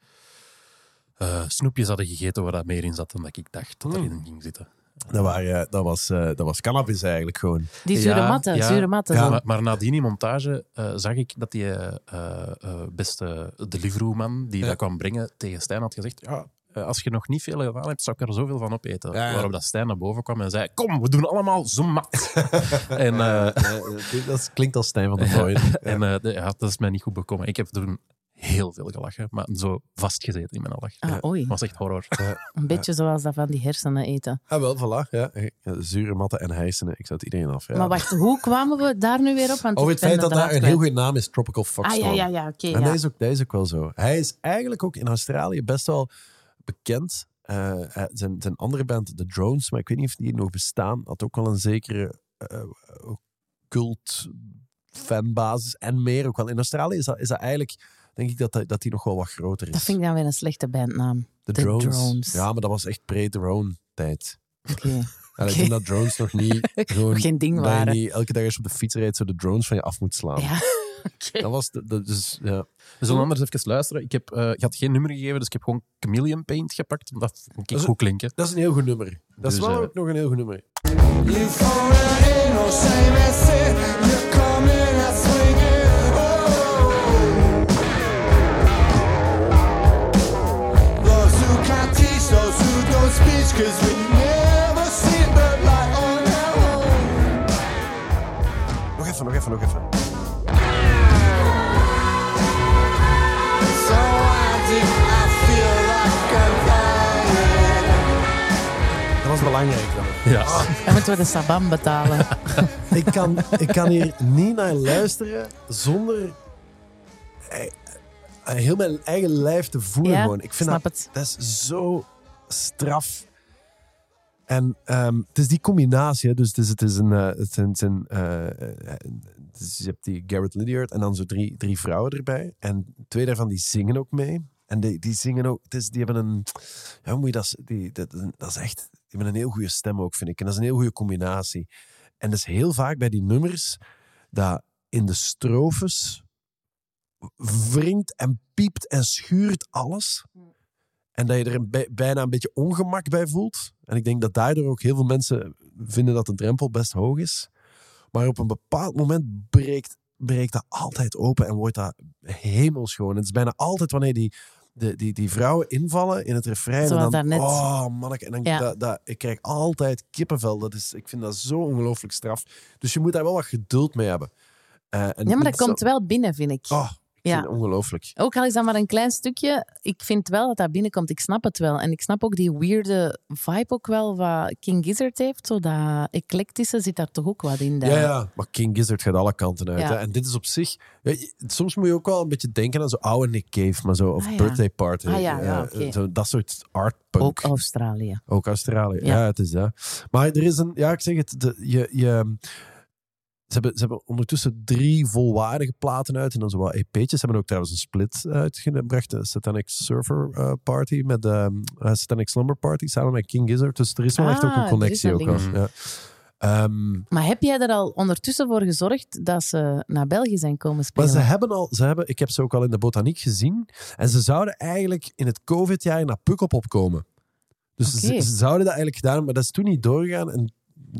uh, snoepjes hadden gegeten waar dat meer in zat dan dat ik dacht dat Mm. erin ging zitten. Dat, waren, dat, was, uh, dat was cannabis eigenlijk gewoon. Die zure Ja, matten, ja. zure matten. Ja, zo. Maar, maar nadien in montage uh, zag ik dat die uh, uh, beste Deliveroo-man die Ja. dat kwam brengen tegen Stijn had gezegd, ja, uh, als je nog niet veel gedaan hebt, zou ik er zoveel van opeten. Ja, ja. Waarop dat Stijn naar boven kwam en zei, kom, we doen allemaal zo mat. en uh, Ja, dat klinkt als Stijn van de Voorden. Ja. En uh, de- ja, dat is mij niet goed bekomen. Ik heb toen heel veel gelachen, maar zo vastgezeten in mijn lach. Ah, oei. Het was echt horror. Een beetje zoals dat van die hersenen eten. Ah, wel, voilà. Ja. Ja, zure matten en hersenen. Ik zou het iedereen af. Ja. Maar wacht, hoe kwamen we daar nu weer op? Want Over ik het feit ben dat de dat draad een heel kwijt. goede naam is, Tropical Fuckstorm. Ah, ja, ja, ja, oké. En ja. dat, is ook, dat is ook wel zo. Hij is eigenlijk ook in Australië best wel bekend. Uh, uh, zijn, zijn andere band, The Drones, maar ik weet niet of die nog bestaan, had ook wel een zekere uh, cult fanbasis en meer ook wel. In Australië is dat, is dat eigenlijk, denk ik, dat, dat dat die nog wel wat groter is. Dat vind ik dan weer een slechte bandnaam. The, The Drones. Drones. Ja, maar dat was echt pre-drone-tijd. Oké. Ja, Oké. Ik denk dat drones nog niet gewoon, Geen ding dat je waren. niet elke dag als je op de fiets rijdt zo de drones van je af moet slaan. Ja, oké. Dat was de, de- dus ja. We zullen anders even luisteren. Ik heb, uh, je had geen nummer gegeven, dus ik heb gewoon Chameleon Paint gepakt. Dat vond ik is- goed klinken. Dat is een heel goed nummer. Dat is Dus, wel eh, ook nog een heel goed nummer. You fall in no shame and sin. You're coming and swinging. Oh. Those who can't teach, those who don't speak, 'cause we never see the light on our own. Nog even, nog even, nog even. So I think I feel like I'm dying. Dat was belangrijk dan. Ja. Dan moeten we de sabam betalen. Ik kan, ik kan hier niet naar luisteren zonder... eh, heel mijn eigen lijf te voelen. Ja, gewoon. Ik vind snap dat, het. dat is zo straf. En um, het is die combinatie. Hè. Dus het is, het is een... Uh, het zijn, het zijn, uh, uh, dus je hebt die Garrett Lydiard en dan zo drie, drie vrouwen erbij. En twee daarvan die zingen ook mee. En die, die zingen ook... Het is, die hebben een... Ja, hoe moet je dat... Die, dat, dat is echt... Die hebben een heel goede stem ook, vind ik. En dat is een heel goede combinatie. En dat is heel vaak bij die nummers dat in de strofes wringt en piept en schuurt alles. En dat je er een, bij, bijna een beetje ongemak bij voelt. En ik denk dat daardoor ook heel veel mensen vinden dat de drempel best hoog is. Maar op een bepaald moment breekt, breekt dat altijd open en wordt dat hemelschoon. Het is bijna altijd wanneer die, die, die, die vrouwen invallen in het refrein. Zoals en dan, daarnet. oh manneke. En dan, Ja. dat, dat, ik krijg altijd kippenvel. Dat is, ik vind dat zo ongelooflijk straf. Dus je moet daar wel wat geduld mee hebben. Uh, en Ja, maar dat niet zo- komt wel binnen, vind ik. Oh, ik Ja. vind het ongelooflijk. Ook al is dat maar een klein stukje, ik vind wel dat dat binnenkomt. Ik snap het wel. En ik snap ook die weirde vibe ook wel wat King Gizzard heeft. Zo dat eclectische zit daar toch ook wat in. Dat... Ja, ja, maar King Gizzard gaat alle kanten uit. Ja. Hè? En dit is op zich... Ja, je- soms moet je ook wel een beetje denken aan zo'n oude Nick Cave, maar zo, of Ah, ja. Birthday Party. Ah, ja, ja, Eh, oké. zo, dat soort artpunk. Ook Australië. Ook Australië. Ja. Ja. het is dat. Maar er is een... Ja, ik zeg het. De, je, je, ze, hebben, ze hebben ondertussen drie volwaardige platen uit en dan zo wat E P'tjes. Ze hebben ook trouwens een split uitgebracht. De Satanic Surfer uh, Party met de uh, Satanic Slumber Party samen met King Gizzard. Dus er is wel Ah, echt ook een er connectie. is Ook een al. link. Ja. Ehm, Maar heb jij er al ondertussen voor gezorgd dat ze naar België zijn komen Maar spelen? ze hebben al, ze hebben, ik heb ze ook al in de botaniek gezien. En ze zouden eigenlijk in het COVID-jaar naar Pukkelpop komen. Dus Oké. ze, ze zouden dat eigenlijk gedaan hebben, maar dat is toen niet doorgegaan. En,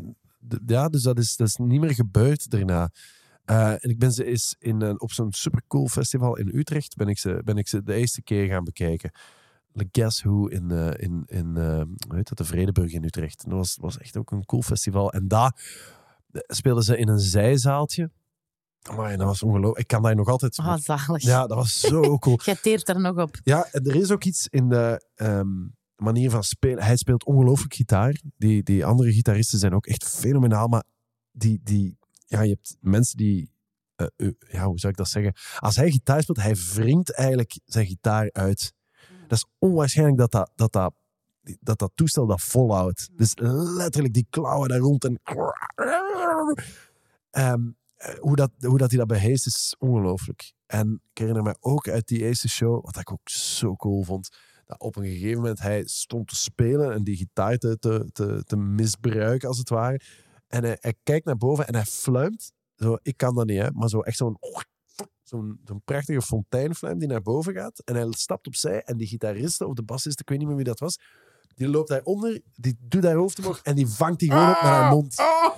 d- ja, dus dat is, dat is niet meer gebeurd daarna. Uh, en ik ben ze eens in, een- op zo'n supercool festival in Utrecht ben ik, ze, ben ik ze de eerste keer gaan bekijken. The Guess Who in, uh, in, in uh, hoe heet dat, de Vredeburg in Utrecht. En dat was, was echt ook een cool festival. En daar speelden ze in een zijzaaltje. Amai, dat was ongelooflijk. Ik kan daar nog altijd... Ah, zalig. Ja, dat was zo cool. Jij teert er nog op. Ja, en er is ook iets in de um, manier van spelen. Hij speelt ongelooflijk gitaar. Die, die andere gitaristen zijn ook echt fenomenaal. Maar die, die, ja, je hebt mensen die... Uh, uh, ja, hoe zou ik dat zeggen? Als hij gitaar speelt, hij wringt eigenlijk zijn gitaar uit. Dat is onwaarschijnlijk dat dat, dat, dat, dat, dat toestel dat volhoudt. Dus letterlijk die klauwen daar rond en... Um, hoe, dat, hoe dat hij dat beheerst is ongelooflijk. En ik herinner me ook uit die eerste show, wat ik ook zo cool vond, dat op een gegeven moment hij stond te spelen en die gitaar te, te, te, te misbruiken, als het ware. En hij, hij kijkt naar boven en hij fluimt. Zo, ik kan dat niet, hè, maar zo echt zo'n... Zo'n, zo'n prachtige fonteinfluim die naar boven gaat. En hij stapt opzij. En die gitariste of de bassist, ik weet niet meer wie dat was, die loopt daaronder, die doet haar hoofd omhoog en die vangt die gewoon op naar haar mond.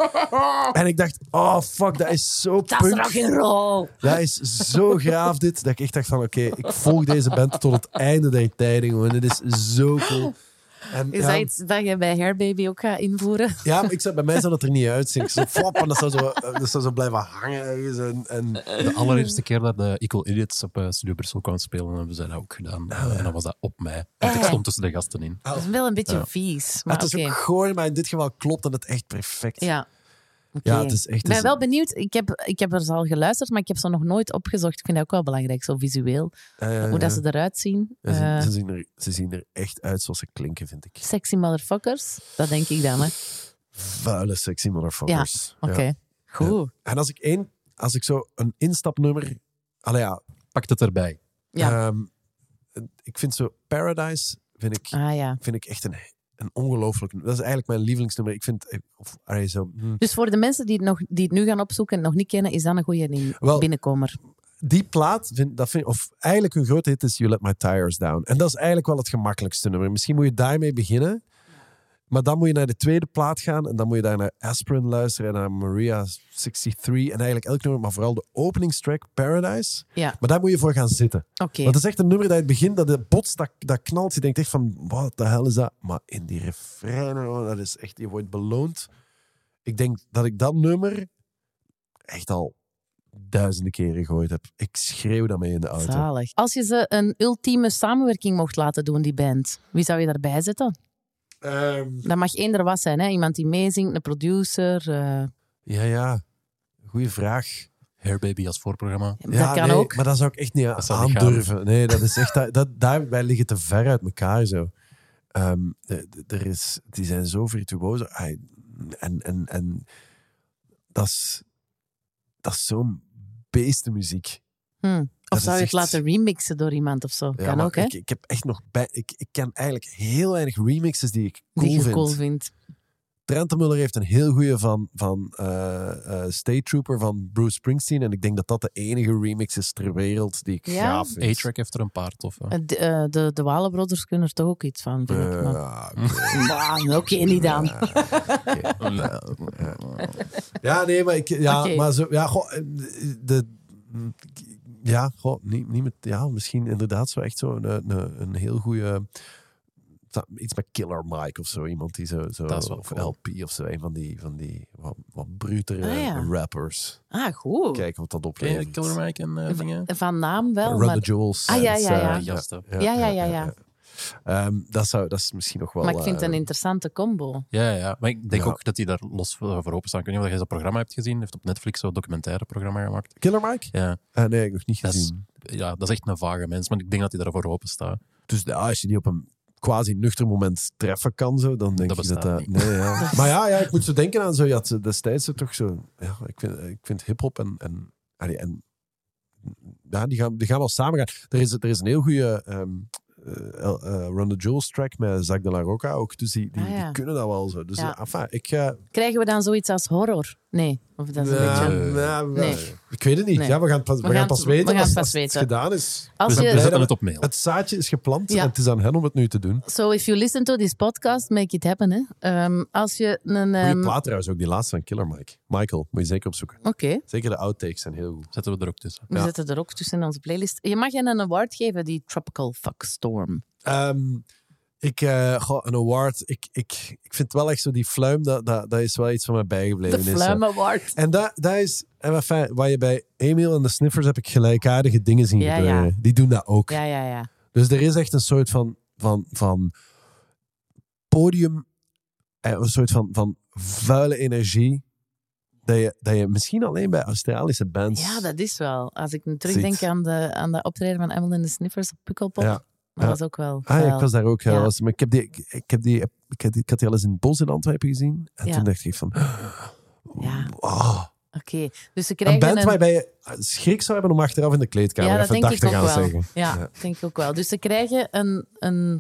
En ik dacht, oh fuck, dat is zo Dat is punk. rock'n'roll. Dat is zo graaf dit, dat ik echt dacht van oké, ik volg deze band tot het einde der tijden. Gewoon. Dit is zo cool. En, Is ja, dat iets dat je bij Hair Baby ook gaat invoeren? ja, maar ik zei, bij mij zou dat er niet uitzien. Ik zou flap en dat zou zo, dat zou zo blijven hangen ergens. En, en, De allereerste keer dat de Equal Idiots op uh, Studio Brussel kwam spelen, hebben zij dat ook gedaan. Uh, en dan was dat op mij. Want ik Eh. stond tussen de gasten in. Dat is wel een beetje Ja. vies. maar Maar het is oké. ook goor, maar in dit geval klopt het echt perfect. Ja. Oké. Ja, het is echt... Ik ben wel benieuwd. Ik heb, ik heb er zo al geluisterd, maar ik heb ze nog nooit opgezocht. Ik vind dat ook wel belangrijk, zo visueel. Uh, Hoe dat ze eruit zien. Ja, ze, Eh, ze, zien er, ze zien er echt uit zoals ze klinken, vind ik. sexy motherfuckers. Dat denk ik dan, hè. Vuile, sexy motherfuckers. Oké. Ja. Goed. En als ik één, als ik zo een instapnummer... Allee ja, Pakt het erbij. Ja. ehm, ik vind zo Paradise, vind ik, Ah ja. vind ik echt een, een ongelooflijk... Dat is eigenlijk mijn lievelingsnummer. Ik vind... Of, allee, zo, hm. Dus voor de mensen die het, nog, die het nu gaan opzoeken en het nog niet kennen, is dat een goede in- Wel, binnenkomer. Die plaat, vind, dat vind, of eigenlijk hun grote hit is You Let My Tires Down. En dat is eigenlijk wel het gemakkelijkste nummer. Misschien moet je daarmee beginnen. Maar dan moet je naar de tweede plaat gaan. En dan moet je daar naar Aspirin luisteren. En naar Maria drieënzestig. En eigenlijk elk nummer. Maar vooral de openingstrack Paradise. Ja. Maar daar moet je voor gaan zitten. Oké. Want het is echt een nummer dat je het begint. Dat de bots, dat, dat knalt. Je denkt echt van, wat de hel is dat? Maar in die refreinen, oh, dat is echt... Je wordt beloond. Ik denk dat ik dat nummer echt al duizenden keren gegooid heb. Ik schreeuw daarmee in de auto. Zalig. Als je ze een ultieme samenwerking mocht laten doen, die band, wie zou je daarbij zetten? Um, Dat mag eender wat zijn, hè? Iemand die meezingt, een producer. eh. ja, ja. Goeie vraag. Hair Baby als voorprogramma. Dat kan nee, ook. Maar dat zou ik echt niet Dat zou niet aandurven. Nee, dat is echt... Dat, dat, daar, wij liggen te ver uit elkaar zo. Um, er is, die zijn zo virtuoos. Ay, En, en, en dat is... Dat is zo'n beestenmuziek. Hm. Of Dat zou is je het echt- laten remixen door iemand of zo? Ja, Kan maar ook, hè? ik, ik heb echt nog bij... Ik, ik ken eigenlijk heel weinig remixes die ik cool Die je vind. cool vindt. Trentemuller heeft een heel goeie van, van uh, uh, State Trooper van Bruce Springsteen. En ik denk dat dat de enige remix is ter wereld die ik Ja? gaaf vind. A-Track heeft er een paar toffe. Uh, De, uh, de, de Walen Brothers kunnen er toch ook iets van, vind ik. Maar... Ja, oké. Maar, Oké, niet dan. Ja, oké. Ja. Ja, nee, maar ik... Ja, Oké. maar zo... Ja, goh, de... de ja, goh, niet, niet met... Ja, misschien inderdaad zo echt zo een, een, een heel goede... Iets met Killer Mike of zo. Iemand die zo... zo Dat is wel of cool. L P of zo. Een van die, van die wat, wat brutere Ah, ja. rappers. Ah, goed. Kijken wat dat Ken je oplevert. Killer Mike en uh, dingen? Van naam wel, Run maar... the Jewels. Ah, ja, en, ja, eh, ja. Die gasten. Ja, ja, ja, ja. Um, dat, zou, dat is misschien nog wel... Maar ik vind het uh, een interessante combo. Ja, ja, maar ik denk Ja. ook dat die daar los voor voor openstaan. Ik weet niet of je dat programma hebt gezien. Hij heeft op Netflix zo'n documentaire programma gemaakt. Killer Mike? Ja, Uh, nee, ik nog niet dat is, gezien. ja, dat is echt een vage mens, maar ik denk dat hij daarvoor open staat. Dus ja, als je die op een quasi nuchter moment treffen kan, zo, dan denk Dat ik dat bestaat dat... niet. Nee, ja. Maar ja, ja, ik moet zo denken aan zo... Je had destijds zo toch zo... Ja, ik vind, ik vind hip-hop en... en, allee, en ja, die gaan, die gaan wel samen gaan. Er is, er is een heel goede um, uh, uh, Run the Jewels track met Zack de la Rocca ook. Dus die, die, Ah, ja. die kunnen dat wel zo. Dus Ja. ja. enfin, ik... Uh, Krijgen we dan zoiets als horror? Nee. Of dat is een ja, beetje... ja, Nee. Ik weet het niet. Nee. Ja, we gaan, pas, we We gaan gaan pas het- weten we gaan als, het pas als het weten. gedaan is. Als We je- zijn We blij zetten dat het op mail. het zaadje is geplant Ja. en het is aan hen om het nu te doen. So if you listen to this podcast, make it happen. Hè. Um, als je een... Goeie Um, plaat trouwens ook, die laatste van Killer Mike. Michael, moet je zeker opzoeken. Oké, Zeker de outtakes zijn heel goed. Zetten we er ook tussen. we Ja. zetten er ook tussen in onze playlist. Je mag je een award geven, die Tropical Fuck Storm. Um, ik, uh, goh, een award. Ik, ik, ik vind wel echt zo die fluim, dat, dat, dat is wel iets van mij bijgebleven. De is, Fluim uh, Award. En dat, dat is, en enfin, waar je bij Emiel en de Sniffers heb ik gelijkaardige dingen zien Ja, gebeuren. ja. Die doen dat ook. Ja, ja, ja. Dus er is echt een soort van, van, van podium, eh, een soort van, van vuile energie, dat je, dat je misschien alleen bij Australische bands... Ja, dat is wel. Als ik nu terugdenk Ziet. aan de, aan de optreden van Emily en de Sniffers op Pukkelpop, Ja, dat ja. was ook wel Ah, ja, vuil. ik was daar ook. Ja. Ja. Was, maar ik heb die, ik, ik heb die, ik, heb die, ik had die al eens in het bos in Antwerpen gezien. En Ja. toen dacht ik van... Ja. ah, Oké, dus ze een krijgen band een... waarbij je schrik zou hebben om achteraf in de kleedkamer Ja, dat even denk dag ik te ook gaan wel. zeggen. Ja, Ja. denk ik ook wel. Dus ze krijgen een... een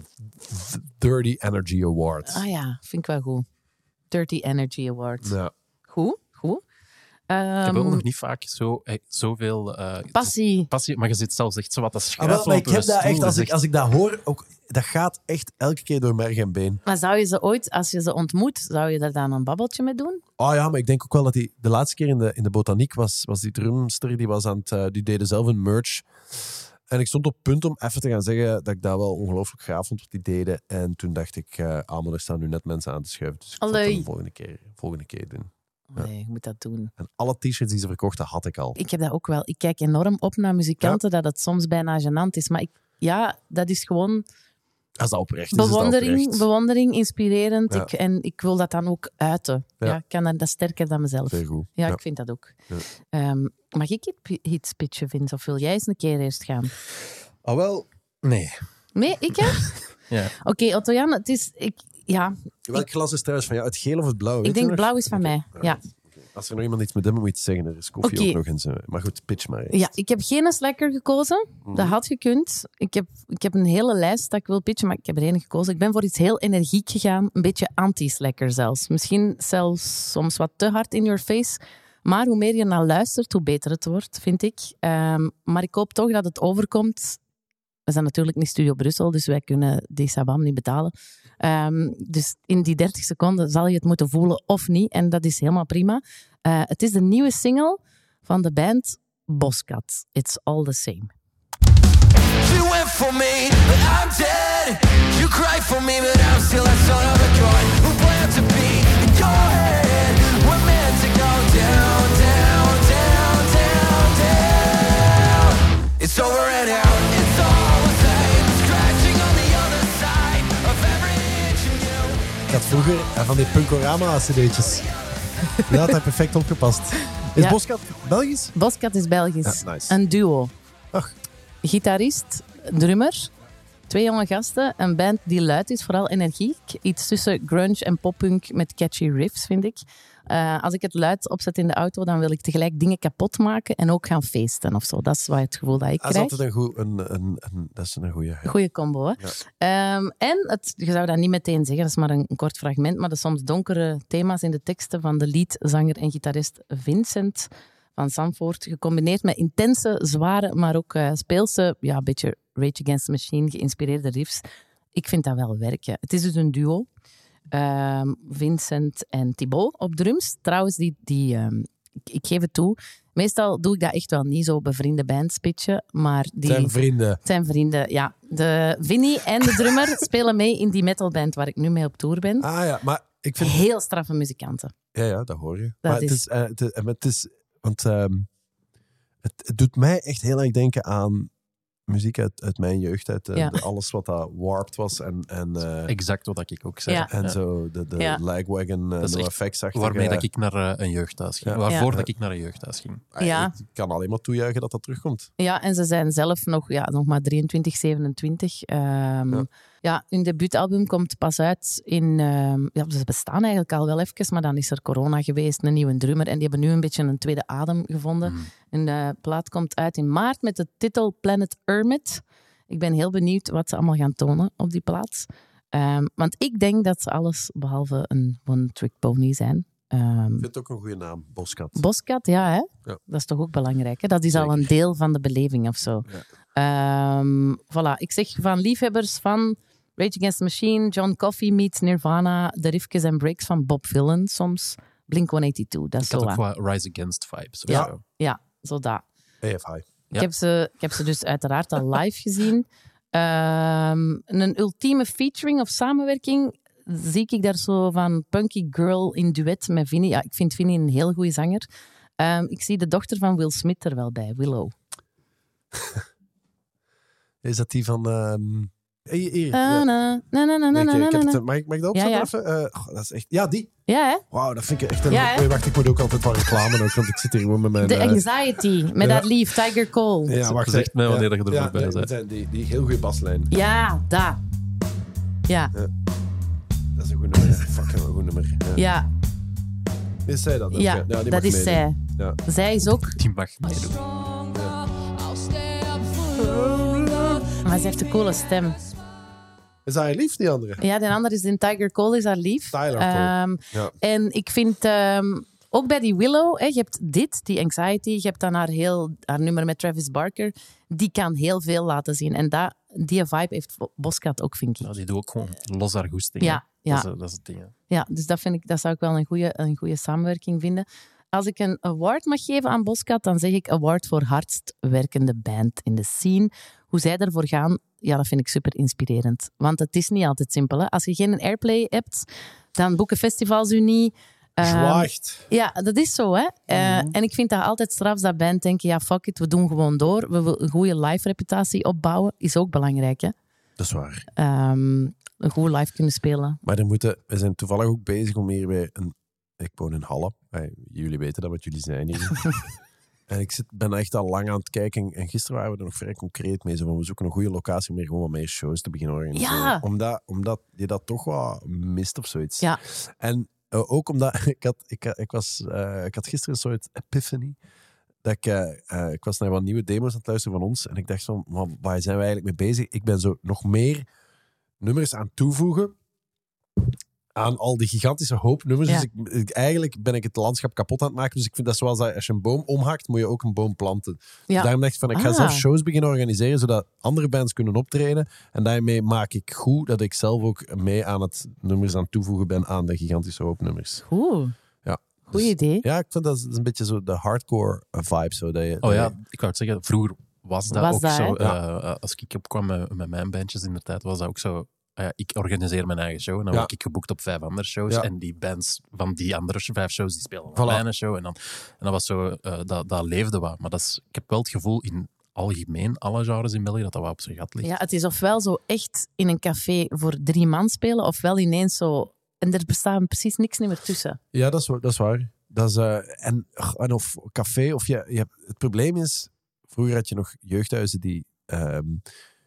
Dirty Energy Award. ah ja, vind ik wel goed. Dirty Energy Award. Ja. Goed, goed. Ik heb Ehm, ook nog niet vaak zo, eh, zoveel eh, passie. passie, maar je zit zelfs echt zo wat te Ah, wel, schrijven. maar ik heb dat echt, als ik, als ik dat hoor, ook, dat gaat echt elke keer door merg en been. Maar zou je ze ooit, als je ze ontmoet, zou je daar dan een babbeltje mee doen? Oh ja, maar ik denk ook wel dat die de laatste keer in de, in de botaniek was, was die drumster, die was aan het, uh, die deden zelf een merch. En ik stond op punt om even te gaan zeggen dat ik dat wel ongelooflijk gaaf vond wat die deden. En toen dacht ik, uh, ah, maar er staan nu net mensen aan te schuiven. Dus ik zal het Allee. dan de volgende keer, volgende keer doen. Ja. Nee, je moet dat doen. En alle t-shirts die ze verkochten, had ik al. Ik heb dat ook wel. Ik kijk enorm op naar muzikanten, dat het soms bijna gênant is. Maar ik, ja, dat is gewoon Als dat oprecht is, is dat bewondering, oprecht. bewondering, inspirerend. Ja. Ik, en ik wil dat dan ook uiten. Ja. Ja. ik kan dat, dat sterker dan mezelf. Zeer goed. Ja, Ja. ik vind dat ook. Ja. Ehm, mag ik het iets pitchen, Vince? Of wil jij eens een keer eerst gaan? Ah, wel. Nee. Nee, ik hè? Ja. Oké, Otto-Jan, het is... Ik, ja, Welk glas is trouwens van jou? Het geel of het blauw? Weet ik je denk nog? blauw is van mij. Ja. Als er nog iemand iets met hem moet je zeggen, er is koffie Oké. ook nog in zijn. Maar goed, pitch maar eens. Ja, ik heb geen slacker gekozen. Dat had gekund. Ik heb, ik heb een hele lijst dat ik wil pitchen, maar ik heb er één gekozen. Ik ben voor iets heel energiek gegaan. Een beetje anti-slacker zelfs. Misschien zelfs soms wat te hard in your face. Maar hoe meer je naar luistert, hoe beter het wordt, vind ik. Um, maar ik hoop toch dat het overkomt. We zijn natuurlijk niet Studio Brussel, dus wij kunnen die sabam niet betalen. Um, dus in die dertig seconden zal je het moeten voelen of niet. En dat is helemaal prima. Uh, het is de nieuwe single van de band Boskat. It's all the same. You went for me, but I'm dead. You cried for me, but I'm still that son of a gun who planned to be in your head. We're meant to go down, down, down, down, down. It's over and out. It's all the same. Scratching on the other side of every inch of you. Ik had vroeger eh, van die Punkorama-cd'tjes. Die had daar perfect opgepast. Is Ja. Boskat Belgisch? Boskat is Belgisch. Ja, nice. Een duo. Ach. Gitarist, drummer, twee jonge gasten. Een band die luid is, vooral energiek. Iets tussen grunge en poppunk met catchy riffs, vind ik. Uh, als ik het luid opzet in de auto, dan wil ik tegelijk dingen kapot maken en ook gaan feesten of zo. Dat is wat het gevoel dat ik Dat is krijg. altijd een goed... Een, een, een, dat is een goeie. Ja. Goeie combo, hè? Ja. Um, en het, je zou dat niet meteen zeggen, dat is maar een, een kort fragment, maar de soms donkere thema's in de teksten van de leadzanger en gitarist Vincent van Zandvoort, gecombineerd met intense, zware, maar ook uh, speelse, ja, een beetje Rage Against the Machine geïnspireerde riffs. Ik vind dat wel werken. Het is dus een duo. Um, Vincent en Thibaut op drums. Trouwens, die, die, um, ik, ik geef het toe, meestal doe ik dat echt wel niet, zo bevriende bands pitchen, maar die... Zijn vrienden. Het zijn vrienden, ja. De Vinnie en de drummer spelen mee in die metalband waar ik nu mee op tour ben. Ah ja, maar ik vind... Heel straffe muzikanten. Ja, ja, dat hoor je. Dat maar is... het is... Uh, het, uh, het is want um, het, het doet mij echt heel erg denken aan muziek uit, uit mijn jeugd, uit uh, ja. de, alles wat dat warped was en... en uh, exact wat ik ook zei. Ja. En ja. zo, de, de ja. Lagwagon, uh, no effects-achtige... Waarmee dat ik naar uh, een jeugdhuis ging. Ja. Waarvoor Ja. dat ik naar een jeugdhuis ging. Ja. Ik kan alleen maar toejuichen dat dat terugkomt. Ja, en ze zijn zelf nog, ja, nog maar drieëntwintig, zevenentwintig. Um, ja. ja, hun debuutalbum komt pas uit in... Um, ja, ze bestaan eigenlijk al wel even, maar dan is er corona geweest, een nieuwe drummer. En die hebben nu een beetje een tweede adem gevonden. Mm. En de plaat komt uit in maart met de titel Planet Hermit. Ik ben heel benieuwd wat ze allemaal gaan tonen op die plaat. Um, want ik denk dat ze alles behalve een one-trick pony zijn. Um, ik vind het ook een goede naam, Boskat. Boskat, ja, hè? Ja. Dat is toch ook belangrijk. Hè? Dat is Zeker. al een deel van de beleving of zo. Ja. Um, voilà. Ik zeg van liefhebbers van Rage Against the Machine, John Coffey meets Nirvana, de riffjes en breaks van Bob Dylan soms, Blink honderdtachtennegentig. Dat is ik zo had ook aan. wat Rise Against vibes. Ja, zo. ja, zo dat. A F I. Ik, Ja. heb ze, ik heb ze dus uiteraard al live gezien. Um, een ultieme featuring of samenwerking zie ik daar zo van Punky Girl in duet met Vinnie. Ja, ik vind Vinnie een heel goede zanger. Um, ik zie de dochter van Will Smith er wel bij, Willow. Is dat die van... Um... Hier, hier. Uh, Ja. na, na, na, na, Nee, na, ik- na, ik heb na. het- Mag ik mag ik dat Ja, opzetten ja. even? Uh, oh, dat is echt... Ja, die. Ja, hè? Wauw, dat vind ik echt een... Ja, hè? Wait, wacht, ik moet ook altijd van reclame ook, want ik zit hier gewoon met mijn... De uh, Anxiety, met ja. dat lief, Tiger Cole. Ja, wacht. Zegt mij wanneer ja, je er ja, voorbij nee, bent. dat zijn Die, die heel goede baslijn. Ja, daar. Ja, Dat is een goed nummer. Fuck, een goed nummer. Ja. ja, Is zij dat? ja, Oké. Ja, die dat mag is meedoen. zij. Ja. Zij is ook... Die mag meedoen. Maar ze heeft een coole stem. Is dat haar lief, die andere? Ja, de andere is in Tiger Cole, is haar lief. Tyler Cole. Um, Ja. En ik vind um, ook bij die Willow, hè, je hebt dit, die Anxiety, je hebt dan haar, heel, haar nummer met Travis Barker, die kan heel veel laten zien. En dat, die vibe heeft Boskat ook, vind ik. Ja, die doet ook gewoon los haar goesting. Ja, hè. ja. Dat, is, dat is het ding. Hè. Ja, dus dat, vind ik, dat zou ik wel een goede, een goede samenwerking vinden. Als ik een award mag geven aan Boskat, dan zeg ik award voor hardst werkende band in de scene. Hoe zij ervoor gaan, ja, dat vind ik super inspirerend. Want het is niet altijd simpel. Hè? Als je geen airplay hebt, dan boeken festivals u niet. Um, Zwaagt. ja, dat is zo. Hè? Uh, en ik vind dat altijd straf dat band denken, ja, fuck it, we doen gewoon door. We willen een goede live-reputatie opbouwen, is ook belangrijk. Hè? Dat is waar. Um, een goed live kunnen spelen. Maar dan moeten, we zijn toevallig ook bezig om hier bij een... Ik woon in Halle. Hey, jullie weten dat, wat jullie zijn hier. En ik zit, ben echt al lang aan het kijken. En gisteren waren we er nog vrij concreet mee. Zo van, we zoeken een goede locatie om hier gewoon wat meer shows te beginnen organiseren. Ja. Omdat, omdat je dat toch wat mist of zoiets. Ja. En uh, ook omdat... Ik had, ik, ik, was, uh, ik had gisteren een soort epiphany. Dat ik, uh, uh, ik was naar wat nieuwe demos aan het luisteren van ons. En ik dacht van, wat, waar zijn we eigenlijk mee bezig? Ik ben zo nog meer nummers aan het toevoegen aan al die gigantische hoop nummers. Ja. Dus ik, ik, eigenlijk ben ik het landschap kapot aan het maken. Dus ik vind dat zoals dat, als je een boom omhakt, moet je ook een boom planten. Ja. Dus daarom dacht ik van, ik ga Ah. zelf shows beginnen organiseren, zodat andere bands kunnen optreden. En daarmee maak ik goed dat ik zelf ook mee aan het nummers aan het toevoegen ben aan de gigantische hoop nummers. Oeh, Ja. goed Dus- idee. Ja, ik vind dat, dat is een beetje zo de hardcore vibe. Zo, dat je, Oh dat ja, je- ik wou het zeggen, vroeger was dat Was ook dat, zo. hè? eh, als ik opkwam met, met mijn bandjes in de tijd, was dat ook zo. ah ja, ik organiseer mijn eigen show en dan Ja. word ik geboekt op vijf andere shows. Ja. En die bands van die andere vijf shows, die spelen op Voilà. mijn show. En, dan, en dat was zo, uh, dat, dat leefde wat. Maar dat is, ik heb wel het gevoel in algemeen, alle genres in België, dat dat wel op zijn gat ligt. Ja, het is ofwel zo echt in een café voor drie man spelen, ofwel ineens zo... En er bestaat precies niks meer tussen. Ja, dat is, wa- dat is waar. Dat is, uh, en, en of café, of je, je hebt, het probleem is, vroeger had je nog jeugdhuizen die, um,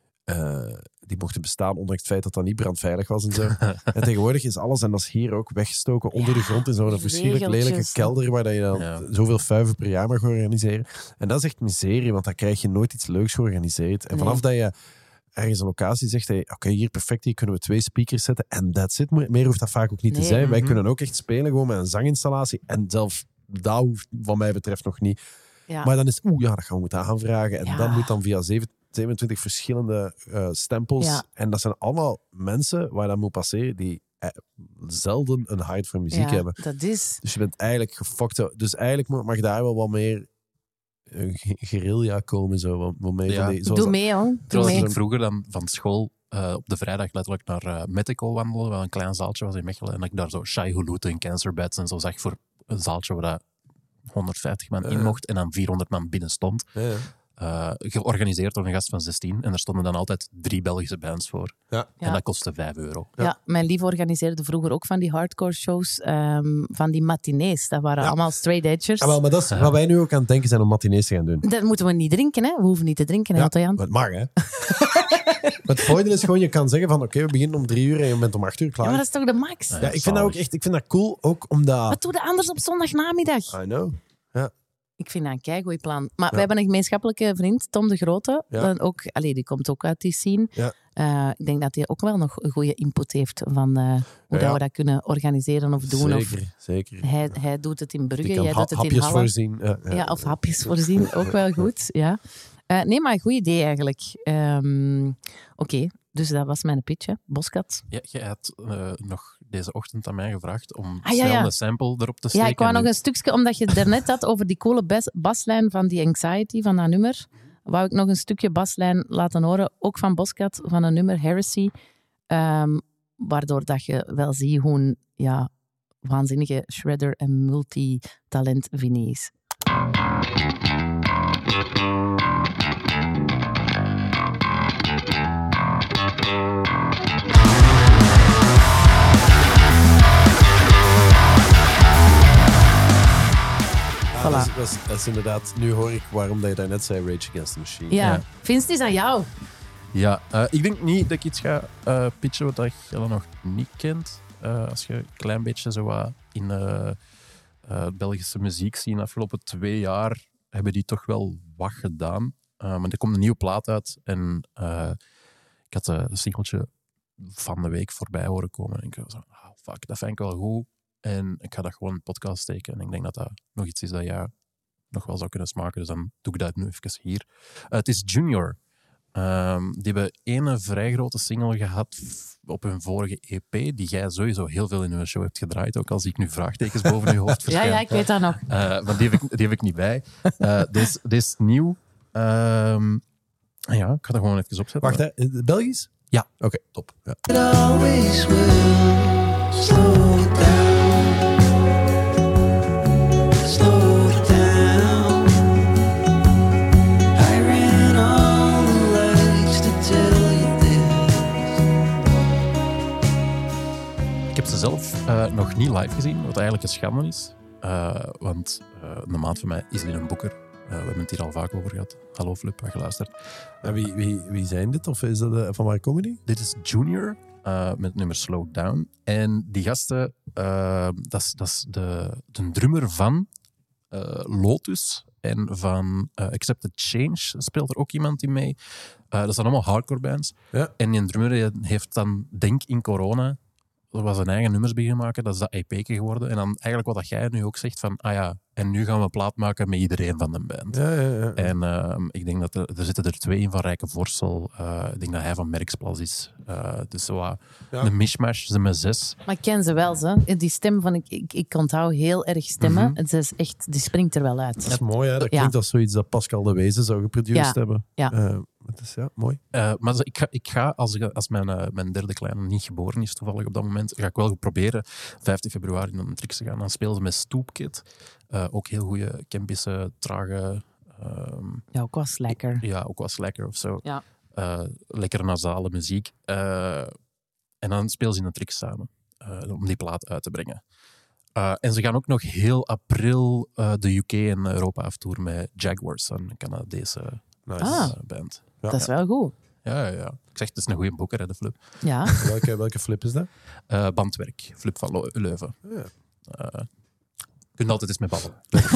uh, die mochten bestaan, ondanks het feit dat dat niet brandveilig was en zo. En tegenwoordig is alles, en dat is hier ook, weggestoken onder Ja, de grond in zo'n verschrikkelijk lelijke regeltjes. kelder waar dat je dan Ja. zoveel fuiven per jaar mag organiseren. En dat is echt miserie, want dan krijg je nooit iets leuks georganiseerd. En Nee. vanaf dat je ergens een locatie zegt, hey, oké, okay, hier perfect, hier kunnen we twee speakers zetten en that's it. Meer hoeft dat vaak ook niet Nee. te zijn. Wij Mhm. kunnen ook echt spelen gewoon met een zanginstallatie en zelf dat hoeft wat mij betreft nog niet. Ja. Maar dan is oeh, ja, dat gaan we moeten aanvragen. En Ja. dan moet dan via zeven, zevenentwintig verschillende uh, stempels. Ja. En dat zijn allemaal mensen waar dat moet passeren die eh, zelden een hart voor muziek ja, hebben. dat is... Dus je bent eigenlijk gefokt. Dus eigenlijk mag- mag daar wel wat meer uh, ge- guerrilla komen. Zo, wat, wat meer Ja. van die, zoals Doe mee, hoor. Doe Terwijl mee. ik vroeger dan van school uh, op de vrijdag letterlijk naar uh, Mexico wandelde, wat een klein zaaltje was in Mechelen. En dat ik daar zo Shai Hulud en Cancer Beds en zo zag voor een zaaltje waar dat honderdvijftig man in Ja. mocht en dan vierhonderd man binnen stond. Ja, ja. Uh, georganiseerd door een gast van zestien. En daar stonden dan altijd drie Belgische bands voor. Ja. Ja. En dat kostte vijf euro. Ja. Ja. Mijn lief organiseerde vroeger ook van die hardcore shows, um, van die matinees. Dat waren Ja. allemaal straight edgers. Ah, wel, maar dat is wat wij nu ook aan het denken zijn om matinees te gaan doen. Dat moeten we niet drinken, hè? We hoeven niet te drinken, hè, Ja, Otto Jan? maar het mag, hè. Maar het voordeel is gewoon, je kan zeggen van, oké, okay, we beginnen om drie uur en je bent om acht uur Ja, klaar. maar Ja, dat is toch de max? Ja. ik vind dat ook echt, ik vind dat cool, ook omdat... Wat doe je anders op zondagnamiddag? I know. Ik vind dat een keigoed plan. Maar Ja. we hebben een gemeenschappelijke vriend, Tom de Grote. Ja. Dan ook, allee, die komt ook uit die scene. Ja. Uh, ik denk dat hij ook wel nog een goede input heeft van uh, hoe Ja, dat ja. we dat kunnen organiseren of doen. Of Zeker, zeker. hij, hij doet het in Brugge, Die kan jij ha- doet het in hapjes Halle. voorzien. Ja, ja. Ja, of hapjes voorzien, ook wel goed. Ja. Uh, nee, maar een goed idee eigenlijk. Um, Oké, okay, dus dat was mijn pitch, hè. Boskat. Ja, jij had uh, nog deze ochtend aan mij gevraagd om Ah, ja, snel ja. een sample erop te steken. Ja, ik wou En nog nu- een stukje, omdat je het daarnet had over die coole bas, baslijn van die Anxiety, van dat nummer. Wou ik nog een stukje baslijn laten horen, ook van Boskat, van een nummer Heresy. Um, waardoor dat je wel ziet hoe een ja, waanzinnige shredder en multitalent Vinnie is. Ah, Voilà. dat, is, dat, is, dat is inderdaad, nu hoor ik waarom dat je daarnet zei Rage Against the Machine. Ja, Ja. Vince, het is aan jou. Ja, uh, ik denk niet dat ik iets ga uh, pitchen wat dat je nog niet kent. Uh, als je een klein beetje zo wat in uh, uh, Belgische muziek zien de afgelopen twee jaar, hebben die toch wel wat gedaan. Uh, maar er komt een nieuwe plaat uit en uh, ik had een singeltje van de week voorbij horen komen. En ik was zo, oh, fuck, dat vind ik wel goed. En ik ga dat gewoon in een podcast steken. En ik denk dat dat nog iets is dat jij nog wel zou kunnen smaken. Dus dan doe ik dat nu even hier. Uh, het is Junior. Um, die hebben ene vrij grote single gehad f- op hun vorige E P, die jij sowieso heel veel in hun show hebt gedraaid, ook al zie ik nu vraagtekens boven je hoofd Ja, verschijnen. ja, ik weet dat nog. Uh, maar die heb, ik, die heb ik niet bij. Uh, Dit is nieuw. Um, ja, ik ga dat gewoon even opzetten. Wacht, hè. Belgisch? Ja. Oké, okay, top. Ja. It always will slow it down. Slow it down. I ran all the lights to tell you this. Ik heb ze zelf uh, nog niet live gezien, wat eigenlijk een schande is. Uh, want uh, een maat van mij is in een boeker. Uh, we hebben het hier al vaak over gehad. Hallo Flip, wat geluisterd. En wie, wie, wie zijn dit? Of is dat uh, van waar comedy? Dit is Junior uh, met het nummer Slow Down. En die gasten, uh, dat is- dat is de, de drummer van uh, Lotus en van uh, Accepted Change speelt er ook iemand in mee. Uh, dat zijn allemaal hardcore bands. Ja. En die drummer heeft dan, denk in corona, dat was zijn eigen nummers beginnen maken. Dat is dat E P'tje geworden. En dan eigenlijk wat dat jij nu ook zegt van, ah ja, en nu gaan we een plaat maken met iedereen van de band. Ja, ja, ja. En uh, ik denk dat er, er zitten er twee in van Rijke Vorsel. Uh, ik denk dat hij van Merksplas is. Uh, dus zo wat Ja. een mishmash, ze met zes. Maar ik ken ze wel, ze. Die stem van... Ik, ik, ik onthoud heel erg stemmen. Mhm. Het is echt... Die springt er wel uit. Dat is mooi, hè? Dat Ja. klinkt als zoiets dat Pascal de Wezen zou geproduceerd Ja. hebben. Ja. Uh, het is ja, mooi. Uh, maar dus ik ga, ik ga als, ik- als mijn, uh, mijn derde kleine niet geboren is, toevallig op dat moment, ga ik wel proberen vijftien februari naar een trix te gaan. Dan spelen ze met Stoopkid. Uh, ook heel goede Kempische, trage... Um, Ja, ook was lekker. ja, ook wat lekker of zo. Ja. Uh, lekker nasale muziek. Uh, en dan spelen ze in een trix samen. Uh, om die plaat uit te brengen. Uh, en ze gaan ook nog heel april uh, de U K en Europa aftoeren met Jaguars, een Canadese Nice. Ah. uh, band. Ja. Dat is wel goed. Ja, ja, ja. Ik zeg, het is een goede boeker, hè, de Flip. Ja. Welke, welke flip is dat? Uh, bandwerk, Flip van Lo- Leuven. Ja. Uh, je kunt altijd eens mee babbelen.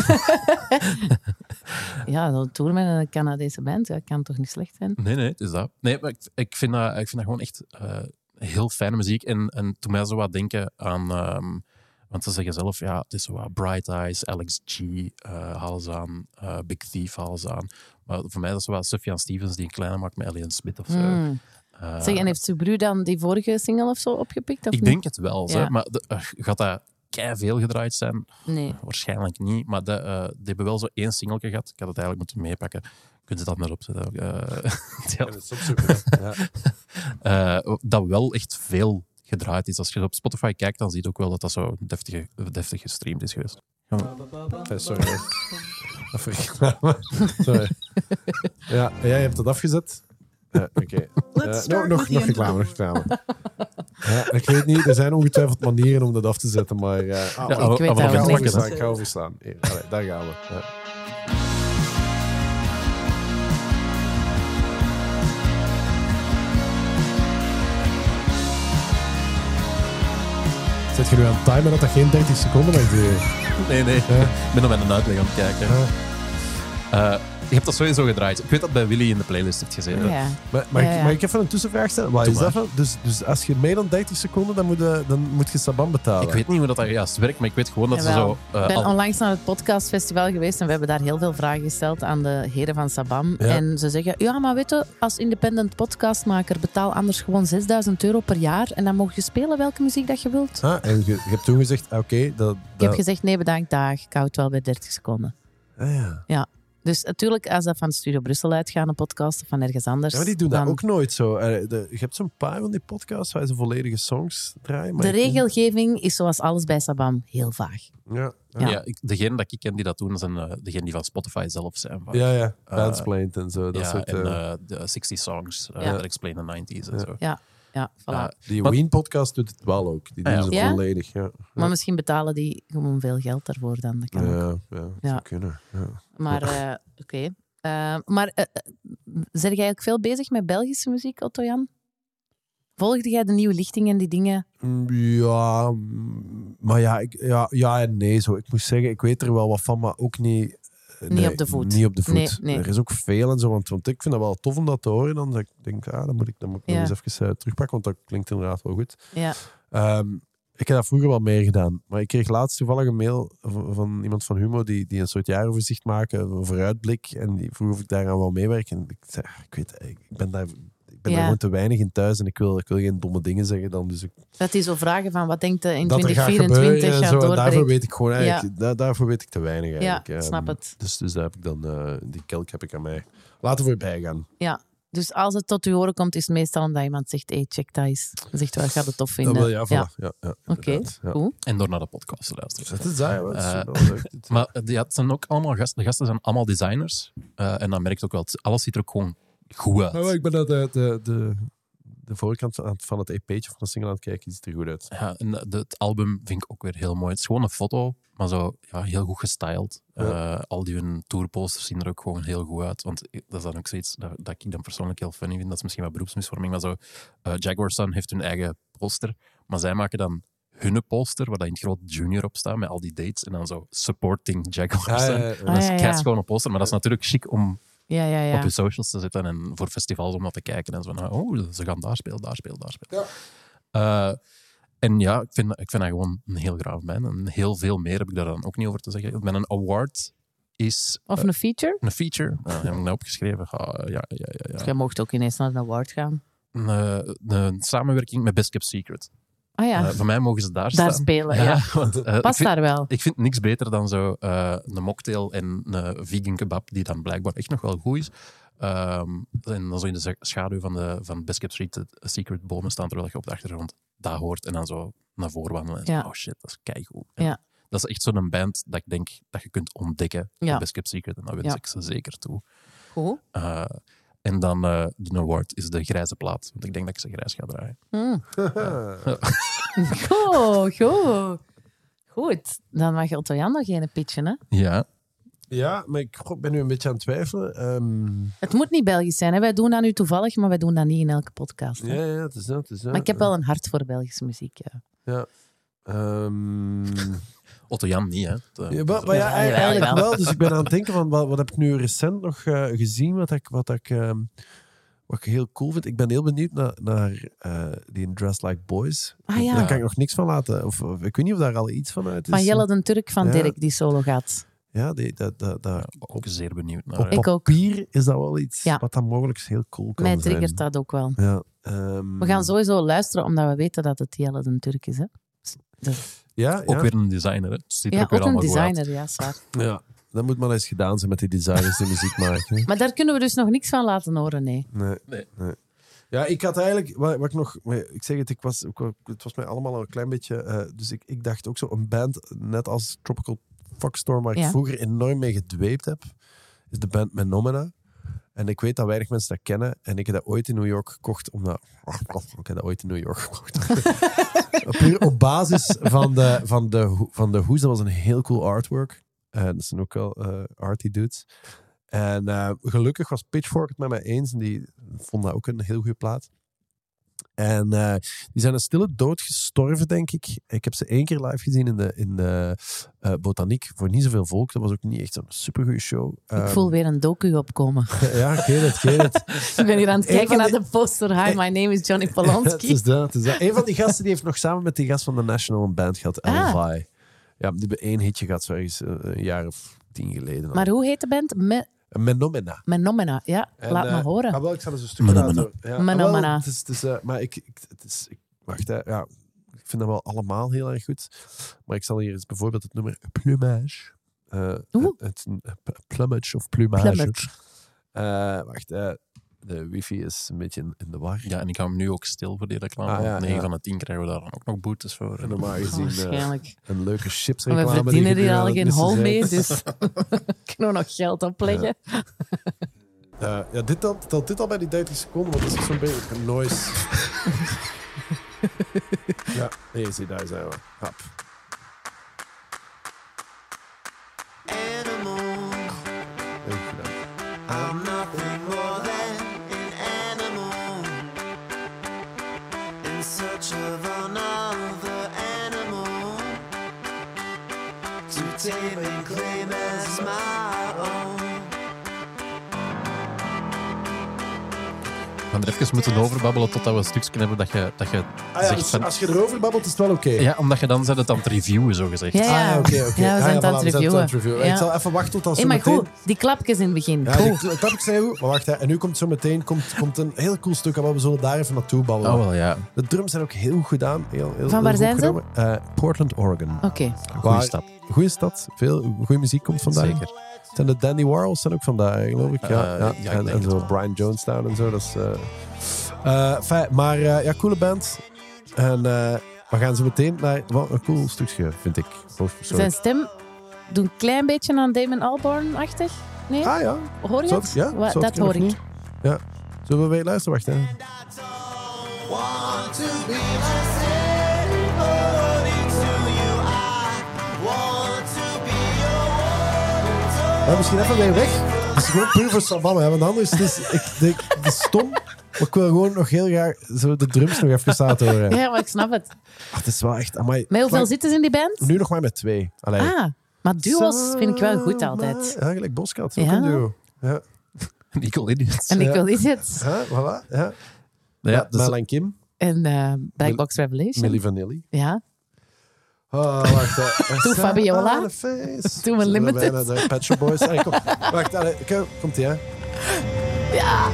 Ja, zo'n tour met een Canadese band, dat kan toch niet slecht zijn? Nee, nee, het is dat. Nee, maar ik, ik, vind, dat, ik vind dat gewoon echt uh, heel fijne muziek. En, en toen mij zo wat denken aan... Um, want ze zeggen zelf, ja, het is zo wat Bright Eyes, Alex G uh, halen ze aan, uh, Big Thief halen ze aan. Maar voor mij is dat zo wat Sufjan Stevens die een kleine maakt met Alien Smith of zo. Hmm. Uh, Zeg, en heeft Subaru dan die vorige single of zo opgepikt? Of ik niet? denk het wel, Ja. hè, maar de, uh, gaat dat kei veel gedraaid zijn? Nee. Waarschijnlijk niet, maar de, uh, die hebben wel zo één singeltje gehad. Ik had het eigenlijk moeten meepakken. Kun je dat maar opzetten? Uh, ja. Dat is opzoeken. Ja. Uh, dat wel echt veel gedraaid is. Als je op Spotify kijkt, dan zie je ook wel dat dat zo deftig, deftig gestreamd is geweest. Eh, sorry. Even reclame. Sorry. Ja, jij hebt dat afgezet. Ja, oké. Okay. Uh, nog, nog, nog reclame, nog reclame. Ja, ik weet niet, er zijn ongetwijfeld manieren om dat af te zetten, maar... Uh, ah, Ja, maar ik weet ik dat ga ook niet. overslaan, ik ga overslaan. Hier, allee, daar gaan we. Ja. Zet je nu aan het timen dat dat geen dertig seconden mag duren? Nee, nee. Ja. Ik ben nog met een uitleg aan het kijken. Ja. Uh, je hebt dat sowieso gedraaid. Ik weet dat bij Willy in de playlist heeft gezeten. Ja. Maar, mag, Ja, ik, ja. mag ik even een tussenvraag stellen? Wat Doe is dat maar. van? Dus, dus als je meer dan dertig seconden, dan moet je, dan moet je Saban betalen. Ik weet niet hoe dat juist werkt, maar ik weet gewoon dat Jawel. ze zo... uh, Ik ben al- onlangs naar het podcastfestival geweest en we hebben daar heel veel vragen gesteld aan de heren van Sabam. Ja. En ze zeggen, ja, maar weet je, als independent podcastmaker betaal anders gewoon zesduizend euro per jaar en dan mag je spelen welke muziek dat je wilt. Ah, en je, je hebt toen gezegd, ah, oké, dat... Ik dat... heb gezegd, nee bedankt, dag. Ik hou het wel bij dertig seconden. Ah, ja. Dus natuurlijk, als dat van Studio Brussel uitgaan, een podcast of van ergens anders... Ja, maar die doen dat dan- ook nooit zo. Eh, de- je hebt zo'n paar van die podcasts waar ze volledige songs draaien. Maar De ik weet- regelgeving is zoals alles bij Sabam heel vaag. Ja, Ja. ja, ik, degene dat ik ken die dat doen, zijn uh, degene die van Spotify zelf zijn. vaak. ja, ja. Uh, Mansplained en zo. Dat ja, soort, en eh, uh, de zestig songs uh, Ja. that explain the nineties en Ja. zo. Ja, ja, voilà. Uh, die maar- Ween-podcast doet het wel ook. Die doen Ah, ja. ze Ja? volledig. Ja, Maar misschien betalen die gewoon veel geld daarvoor dan. Dat kan ook. ja, ja, dat Ja. zou kunnen. Ja. Maar eh, oké. Eh, maar uh, ben jij ook veel bezig met Belgische muziek, Otto-Jan? Volgde jij de nieuwe lichting en die dingen? Mm, Ja, mm, maar ja, ik, ja, ja en nee. Zo. Ik moet zeggen, ik weet er wel wat van, maar ook niet... eh, Niet op de voet. Niet op de voet. Nee, nee. Er is ook veel en zo, want, want ik vind dat wel tof om dat te horen. Dan dat ik denk, ah, dan moet ik, dan moet ik Ja. nog eens even uh, terugpakken, want dat klinkt inderdaad wel goed. Ja. Ehm, ik heb dat vroeger wel meer gedaan, maar ik kreeg laatst toevallig een mail van, van iemand van Humo die, die een soort jaaroverzicht maken, een vooruitblik, en die vroeg of ik daaraan wou meewerken. En ik zei, ah, ik weet, ik ben daar... Ik ben Ja. daar gewoon te weinig in thuis en ik wil, ik wil geen domme dingen zeggen dan. Dus ik, Dat die zo vragen van, wat denkt je in dat er twintig gaat vierentwintig gebeuren en gaat zo. En daarvoor doorbreken? weet ik gewoon eigenlijk, daar, daarvoor weet ik te weinig eigenlijk. Ja, Ehm, snap het. Dus, dus daar heb ik dan, uh, die kelk heb ik aan mij laten voorbij gaan. Ja. Dus als het tot je horen komt, is het meestal omdat iemand zegt, hey, check dat eens. Dan zegt, wat gaat het tof vinden? Dat wel, ja, voilà. Ja. Ja, Oké, inderdaad. Ja. cool. En door naar de podcast te luisteren. Dat is dat, ja. Dat is- Eh, dat is echt het- Maar uh, ja, het zijn ook allemaal gasten. De gasten zijn allemaal designers. Uh, en dan merk je ook wel, het- alles ziet er ook gewoon goed uit. Nou, ik ben naar de, de, de, de voorkant van van het E P'tje van de single aan het kijken. Die ziet er goed uit. Ja, en de, het album vind ik ook weer heel mooi. Het is gewoon een foto, maar zo ja, heel goed gestyled. Ja. Uh, al die hun tourposters zien er ook gewoon heel goed uit. Want dat is dan ook zoiets dat, dat ik dan persoonlijk heel funny vind. Dat is misschien wat beroepsmisvorming, maar zo... Uh, Jaguar Sun heeft hun eigen poster, maar zij maken dan hun poster, waar dat in het groot junior op staat, met al die dates, en dan zo supporting Jaguar Ja, Sun. ja, ja. En dat is Ah, ja, ja. keischone poster, maar dat is natuurlijk chic om Ja, ja, ja. op je socials te zetten en voor festivals om dat te kijken. En zo van, oh, ze gaan daar spelen, daar spelen, daar spelen. Ja. Uh, en ja, ik vind, ik vind dat gewoon een heel graaf band. En heel veel meer heb ik daar dan ook niet over te zeggen. Met een award is... Of uh, een feature? een feature. Nou, heb ik dat opgeschreven. Ah, ja, ja, ja, ja. Of jij mocht ook ineens naar een award gaan. Een, uh, een samenwerking met Best Kept Secret. Ah ja, Uh, voor mij mogen ze daar, daar staan. spelen. Ja. want, uh, ik Past vind- daar wel. Ik vind niks beter dan zo uh, een mocktail en een vegan kebab, die dan blijkbaar echt nog wel goed is. Um, en dan zo in de za- schaduw van de van Best Kept Street Secret bomen staan, terwijl je op de achtergrond dat hoort. En dan zo naar voren wandelen. En zo, Ja. oh shit, dat is keigoed. En Ja. Dat is echt zo'n band dat ik denk dat je kunt ontdekken Ja. op Best Kept Secret. En dat wens Ja. ik ze zeker toe. Goed. Uh, en dan uh, de award is de grijze plaat. Want ik denk dat ik ze grijs ga draaien. Mm. Goed, goed. Goed, dan mag Otto Jan nog een pitchen, hè? Ja. Ja, maar ik ben nu een beetje aan het twijfelen. Um... Het moet niet Belgisch zijn, hè? Wij doen dat nu toevallig, maar wij doen dat niet in elke podcast. Hè? Ja, ja, het is dat. Het is dat. Maar ik heb wel een hart voor Belgische muziek, ja. Ja. Um... Otto Jan niet, hè? De, Ja, maar, maar ja, Ja, jawel, eigenlijk jawel. wel. Dus ik ben aan het denken van wat, wat heb ik nu recent nog uh, gezien, wat ik, wat, ik, um, wat ik heel cool vind. Ik ben heel benieuwd naar, naar uh, die Dressed Like Boys. Ah, ja. Daar kan ik nog niks van laten. Of, of ik weet niet of daar al iets van uit is. Van Jelle den Turk van Ja. Dirk, die solo gaat. Ja, die, dat, dat, dat, ook zeer benieuwd naar. op hè. Ik ook. papier is dat wel iets Ja. wat dan mogelijk heel cool kan Mij zijn. triggert dat ook wel. Ja, um, We gaan sowieso luisteren, omdat we weten dat het Jelle den Turk is, hè? Dus, ja, Ook ja. weer een designer, hè? Het ziet er ja, ook weer ook een allemaal goed uit. designer, ja, zwaar. Ja, dat moet maar eens gedaan zijn met die designers die muziek maken. hè. Maar daar kunnen we dus nog niks van laten horen, nee. Nee. Nee. nee. Ja, ik had eigenlijk, wat, wat ik nog, ik zeg het, ik was, ik, wa- het was mij allemaal een klein beetje, uh, dus ik, ik dacht ook zo een band, net als Tropical Foxstorm, waar ik Ja. vroeger enorm mee gedweept heb, is de band Menomena. En ik weet dat weinig mensen dat kennen. En ik heb dat ooit in New York gekocht, omdat... Ik heb dat ooit in New York gekocht. Puur op basis van de, van, de, ho- van de hoes. Dat was een heel cool artwork. En dat zijn ook wel uh, arty dudes. En uh, gelukkig was Pitchfork het met mij eens. En die vond dat ook een heel goede plaat. En uh, die zijn een stille dood gestorven, denk ik. Ik heb ze één keer live gezien in de, in de uh, Botaniek. Voor niet zoveel volk. Dat was ook niet echt zo'n supergoeie show. Ik Um, voel weer een docu opkomen. Ja, ik weet het, ik weet het. Ik ben hier aan het Een kijken van naar de poster. Hi, my name is Johnny Het Polanski. is dat, het is dat. Een van die gasten die heeft nog samen met die gast van de National een band gehad, Ah. Elvi. Ja, die hebben één hitje gehad, zo ergens uh, een jaar of tien geleden. al. Maar hoe heet de band? Me Menomena. Menomena. Ja, En, laat eh, me horen. Ah, wel, ik zal eens een stukje Menomena. laten horen. Ja, Menomena. ah, wel, het is, het is, uh, maar ik, ik, het is, ik, wacht, hè, ja, ik vind dat wel allemaal heel erg goed. Maar ik zal hier eens bijvoorbeeld het nummer Plumage. Uh, Oeh. het, het, het, plumage of plumage. Plumage. Uh, wacht, uh, de wifi is een beetje in, in de war. Ja, en ik hou hem nu ook stil voor die reclame. Ah, ja, want negen ja. van de tien krijgen we daar dan ook nog boetes voor. En normaal gezien uh, Waarschijnlijk. een leuke We chipsreclame. verdienen die hier je al nu geen aan het hol mee, missen dus kunnen we nog geld opleggen. bent. Uh, ja, dit telt, telt dit al bij die dertig seconden, want dat is zo'n beetje een noise. Ja, hier zie je, daar zijn we. Hap. Animal, Heel goed gedaan. I'm nothing more than an animal in search of another animal to tame and claim as my own. We gaan er even moeten overbabbelen totdat we een stukje hebben dat je, dat je Ah, ja, zegt dus van... als je erover babbelt, is het wel oké. Ja, omdat je dan zet het aan het reviewen, zo gezegd. Ja, ja. Ah, ja, oké, oké. Ja, we Ah, zijn het aan voilà, het we zijn reviewen. reviewen. Ja. Ik zal even wachten tot als Hey, zo maar meteen... goed, die klapjes in het begin. Ja, Goed. die klap ik zei goed, maar wacht, hè. En nu komt zo meteen komt, komt een heel cool stuk, maar we zullen daar even naartoe babbelen. Oh, wel, ja. De drums zijn ook heel goed gedaan. Heel, heel, Van heel waar goed zijn ze? genomen. Uh, Portland, Oregon. Oké. Goeie Waar- stap. Goeie stad. Veel goede muziek komt vandaar. Zeker. En de Dandy Warhols zijn ook vandaar, geloof ik. Ja, Uh, ja. ja, ik en, denk en het zo wel. Brian Jonestown en zo. Dat is, uh, uh, fijn, maar uh, ja, coole band. En uh, we gaan zo meteen naar wel een cool stukje, vind ik. Zijn stem doet een klein beetje aan Damon Albarn-achtig. Nee? Ah ja. Hoor je Zo- het? ja, Wa- zo dat het nog hoor ik. niet. Ja. Zullen we weer luisteren? Wacht, hè. Want to be myself, according to you, I want to be your Maar misschien even weer weg. Het is gewoon puur voor Sabam, hè. Want anders is het, ik, denk, het is stom. Maar ik wil gewoon nog heel graag zo de drums nog even laten horen. Ja, maar ik snap het. Ach, het is wel echt... Amai. Met hoeveel Maar zitten ze in die band? Nu nog maar met twee. Allee. Ah, maar duo's vind ik wel goed altijd. Ja, gelijk Boskat. Ook Ja. een duo. Ja. Nicole Idiots. En ik Ja. wil dit. Ja, voilà. Ja. Ja, Ja, dus- Mel en Kim. En uh, Blackbox Revelation. Milli Vanilli. Ja. Oh, wacht. hè. Doe Fabiola. On the face. Doe een Limited. Bijna De Pet Shop Boys. Allee, kom. Wacht, allee, kom, komt ie, hè. Ja.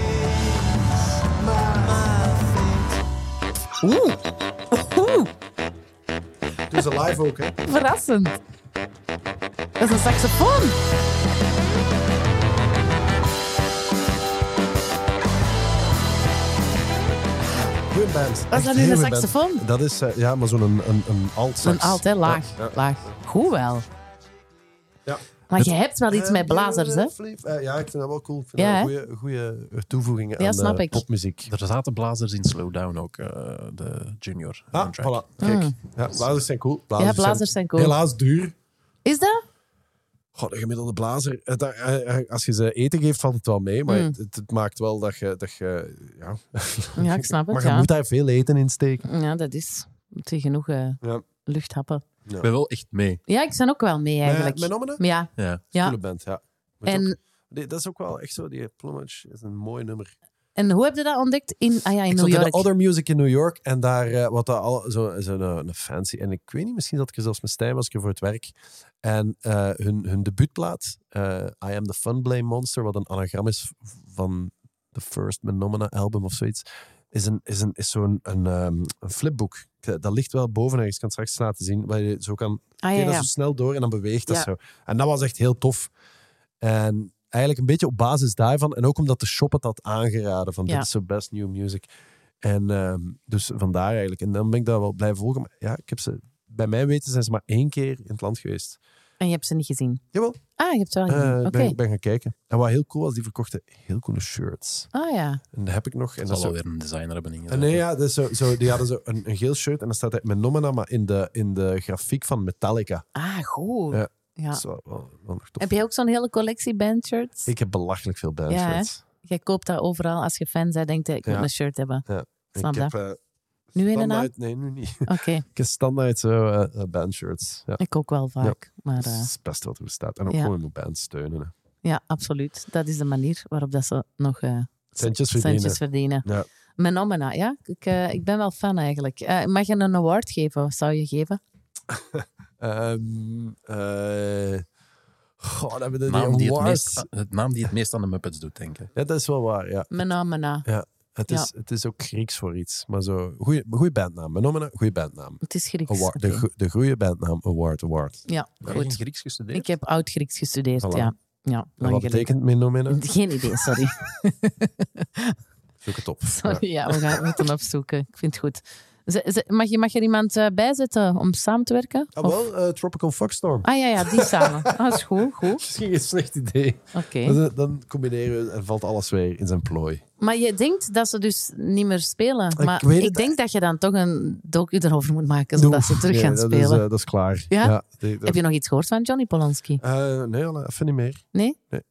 Oeh. Oeh. Doe ze live ook, hè. Verrassend. Dat is een saxofoon. Goeie band. Was Echt dat nu een hele band. saxofoon? Dat is, uh, ja, maar zo'n een, een, een alt sax. Een alt, hè? Laag. Ja, ja. Laag. Goed wel. Ja. Maar je hebt wel iets met blazers, hè? Uh, ja, ik vind dat wel cool. Ik vind Ja, dat een goede toevoeging Ja, aan snap uh, ik. popmuziek. Er zaten blazers in Slowdown ook, uh, de junior Ah, soundtrack. voilà. Kijk. Mm. Ja, blazers zijn cool. Ja, blazers zijn cool. Helaas duur. Is dat? Goh, de gemiddelde blazer. eh, dat- eh, eh, Als je ze eten geeft, valt het wel mee. Maar Mm. het, het maakt wel dat je... Dat je ja. Ja, ik snap het, Maar je ja. moet daar veel eten in steken. Ja, dat is. Moet je genoeg uh, Ja. lucht happen. Ik ben wel echt mee. Ja, ik ben ook wel mee eigenlijk. Met Nomene? Ja, Ja. ja. Coole band, ja. Moet ook- En, nee, dat is ook wel echt zo. Die Plumage is een mooi nummer. en hoe heb je dat ontdekt? In, ah ja, in Ik New zat in York. de Other Music in New York en daar eh, wat dat al zo, zo een, een fancy. En ik weet niet, misschien zat ik er zelfs met Stijn was ik er voor het werk. En eh, hun, hun debuutplaat, eh, I Am the Fun Blame Monster, wat een anagram is van The First Menomina album of zoiets, is, een, is, een, is zo'n een, um, een flipbook. Dat ligt wel boven ergens, ik kan het straks laten zien, waar je zo kan. Ah, Kun je ja, dat ja. zo snel door en dan beweegt dat Ja. zo. En dat was echt heel tof. En eigenlijk een beetje op basis daarvan, en ook omdat de shop het had aangeraden, van Ja. dit is zo best new music. En ehm, dus vandaar eigenlijk. En dan ben ik dat wel blijven volgen. Maar ja, ik heb ze, bij mij weten zijn ze maar één keer in het land geweest. En je hebt ze niet gezien? Jawel, Ah, je hebt ze wel gezien. eh, Oké. ben, ik ben gaan kijken. En wat heel cool was, die verkochten heel coole shirts. Ah ja. En dat heb ik nog. En Dat dat zal is wel zo, weer een designer hebben ingezet. en nee, ja, dat is zo, zo, die hadden zo een, een geel shirt en dan staat hij met Nomina, maar in de, in de grafiek van Metallica. Ah, goed. Ja. Ja. Dat is wel, wel, wel nog tof. Heb jij ook zo'n hele collectie bandshirts? Ik heb belachelijk veel Ja, bandshirts. Jij koopt dat overal als je fan bent, denkt je, ik moet Ja. een shirt hebben. Ja. Snap ik dat? heb, eh, Nu een aan? standaard- Nee, nu niet. Oké, Ik heb standaard zo eh, eh, bandshirts. Ja. ik ook wel vaak. Maar Dat eh, is het beste wat er bestaat. En ook ja. gewoon moet bands steunen. Hè. ja, absoluut. Dat is de manier waarop dat ze nog eh, Centjes verdienen. centjes verdienen. Ja. Menomina, ja. Ik, eh, ik ben wel fan eigenlijk. Eh, mag je een award geven? Wat zou je geven? Ehm, eh, goh, dan hebben we de naam die het, awards. meest, het naam die het meest aan de Muppets doet, denk ik. Ja, dat is wel waar. Ja. Menomina. Het, is, het is ook Grieks voor iets. Maar zo, goede bandnaam. Menomina, goede bandnaam. Het is Grieks. Award, Oké. de, go- de goede bandnaam Award Award. Ja, Heb je goed. Grieks gestudeerd? Ik heb oud-Grieks gestudeerd, Voilà. ja. Ja, En lang wat geleden. betekent Menomina? Geen idee, sorry. Zoek het op. Sorry, ja, we gaan het moeten opzoeken. Ik vind het goed. Z- z- Mag, je, mag er iemand eh, bijzetten om samen te werken? Ah, Of- wel, eh, Tropical Fuckstorm. Ah ja, ja, die samen. Ah, dat is goed, goed. Misschien geen slecht idee. Oké. Dan, dan combineren we en valt alles weer in zijn plooi. Maar je denkt dat ze dus niet meer spelen. Maar weet ik, het- denk dat je dan toch een docu erover moet maken, zodat ze terug Nee, gaan dat spelen. Is, uh, dat is klaar. Ja? die- dat- Heb je nog iets gehoord van Johnny Polanski? Uh, nee, alle- even niet meer. Nee? Nee,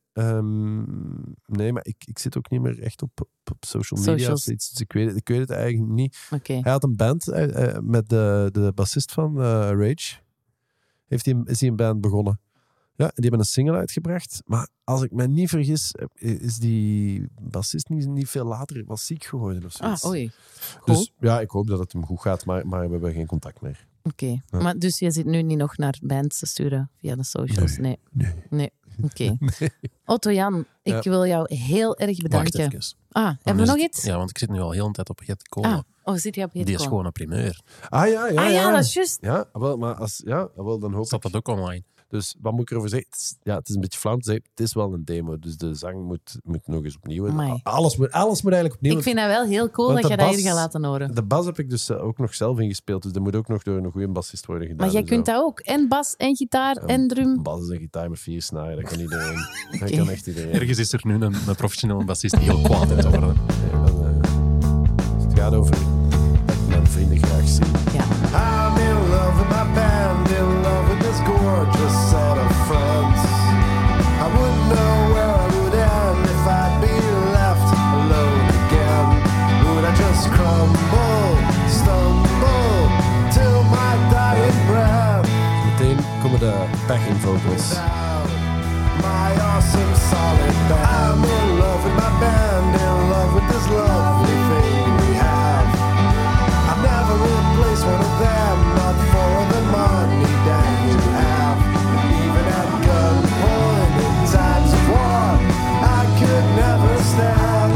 um, nee maar ik, ik zit ook niet meer echt op, op, op social media Socials. of zoiets. Dus ik weet, het, ik weet het eigenlijk niet. Oké. Hij had een band uh, uh, met de, de bassist van uh, Rage. Heeft hij, is hij een band begonnen. Ja, en die hebben een single uitgebracht. Maar als ik me niet vergis, is die bassist niet, niet veel later was ziek geworden of Ah, zoiets. oei. Goed. Dus ja, ik hoop dat het hem goed gaat, maar, maar we hebben geen contact meer. Oké. Ja. Maar dus je zit nu niet nog naar bands te sturen via de socials? Nee. Nee. Nee. Oké. Otto Jan, ik Ja. wil jou heel erg Wacht bedanken. even. Ah, hebben we nog iets? Ja, want ik zit nu al heel een tijd op Get Cola. Ah, oh, zit je op Die is Hitcon? gewoon een primeur. Ah ja, ja, Ah ja, dat is juist. Ja, wel, maar als, ja, wel, dan hoop Staat ik. dat ook online? Dus wat moet ik erover zeggen? Het is, ja, het is een beetje flauw om te zeggen. Het is wel een demo, dus de zang moet, moet nog eens opnieuw. Amai. Alles moet, alles moet eigenlijk opnieuw. Ik vind dat wel heel cool Want dat de je dat bas- hier gaat laten horen. De bas heb ik dus ook nog zelf ingespeeld, dus dat moet ook nog door een goede bassist worden gedaan. Maar jij en kunt zo. dat ook. En bas, en gitaar, Ja, en drum. Een bas is een gitaar met vier snaren, dat kan iedereen. Dat Oké. kan echt iedereen. Ergens is er nu een, een professionele bassist die heel kwaad is over. Nee, dat, eh, het gaat over dat ik mijn vrienden graag zie. Ja. I'm in love with my band, in love with this gorgeous set of friends. I wouldn't know where I would end if I'd be left alone again. Would I just crumble, stumble, till my dying breath? Meteen komen de backing vocals. Without my awesome solid band. I'm in love with my band, in love with this lovely thing we have. I've never replaced one of them, not for the money that you have. Even at gunpoint in times of war, I could never stand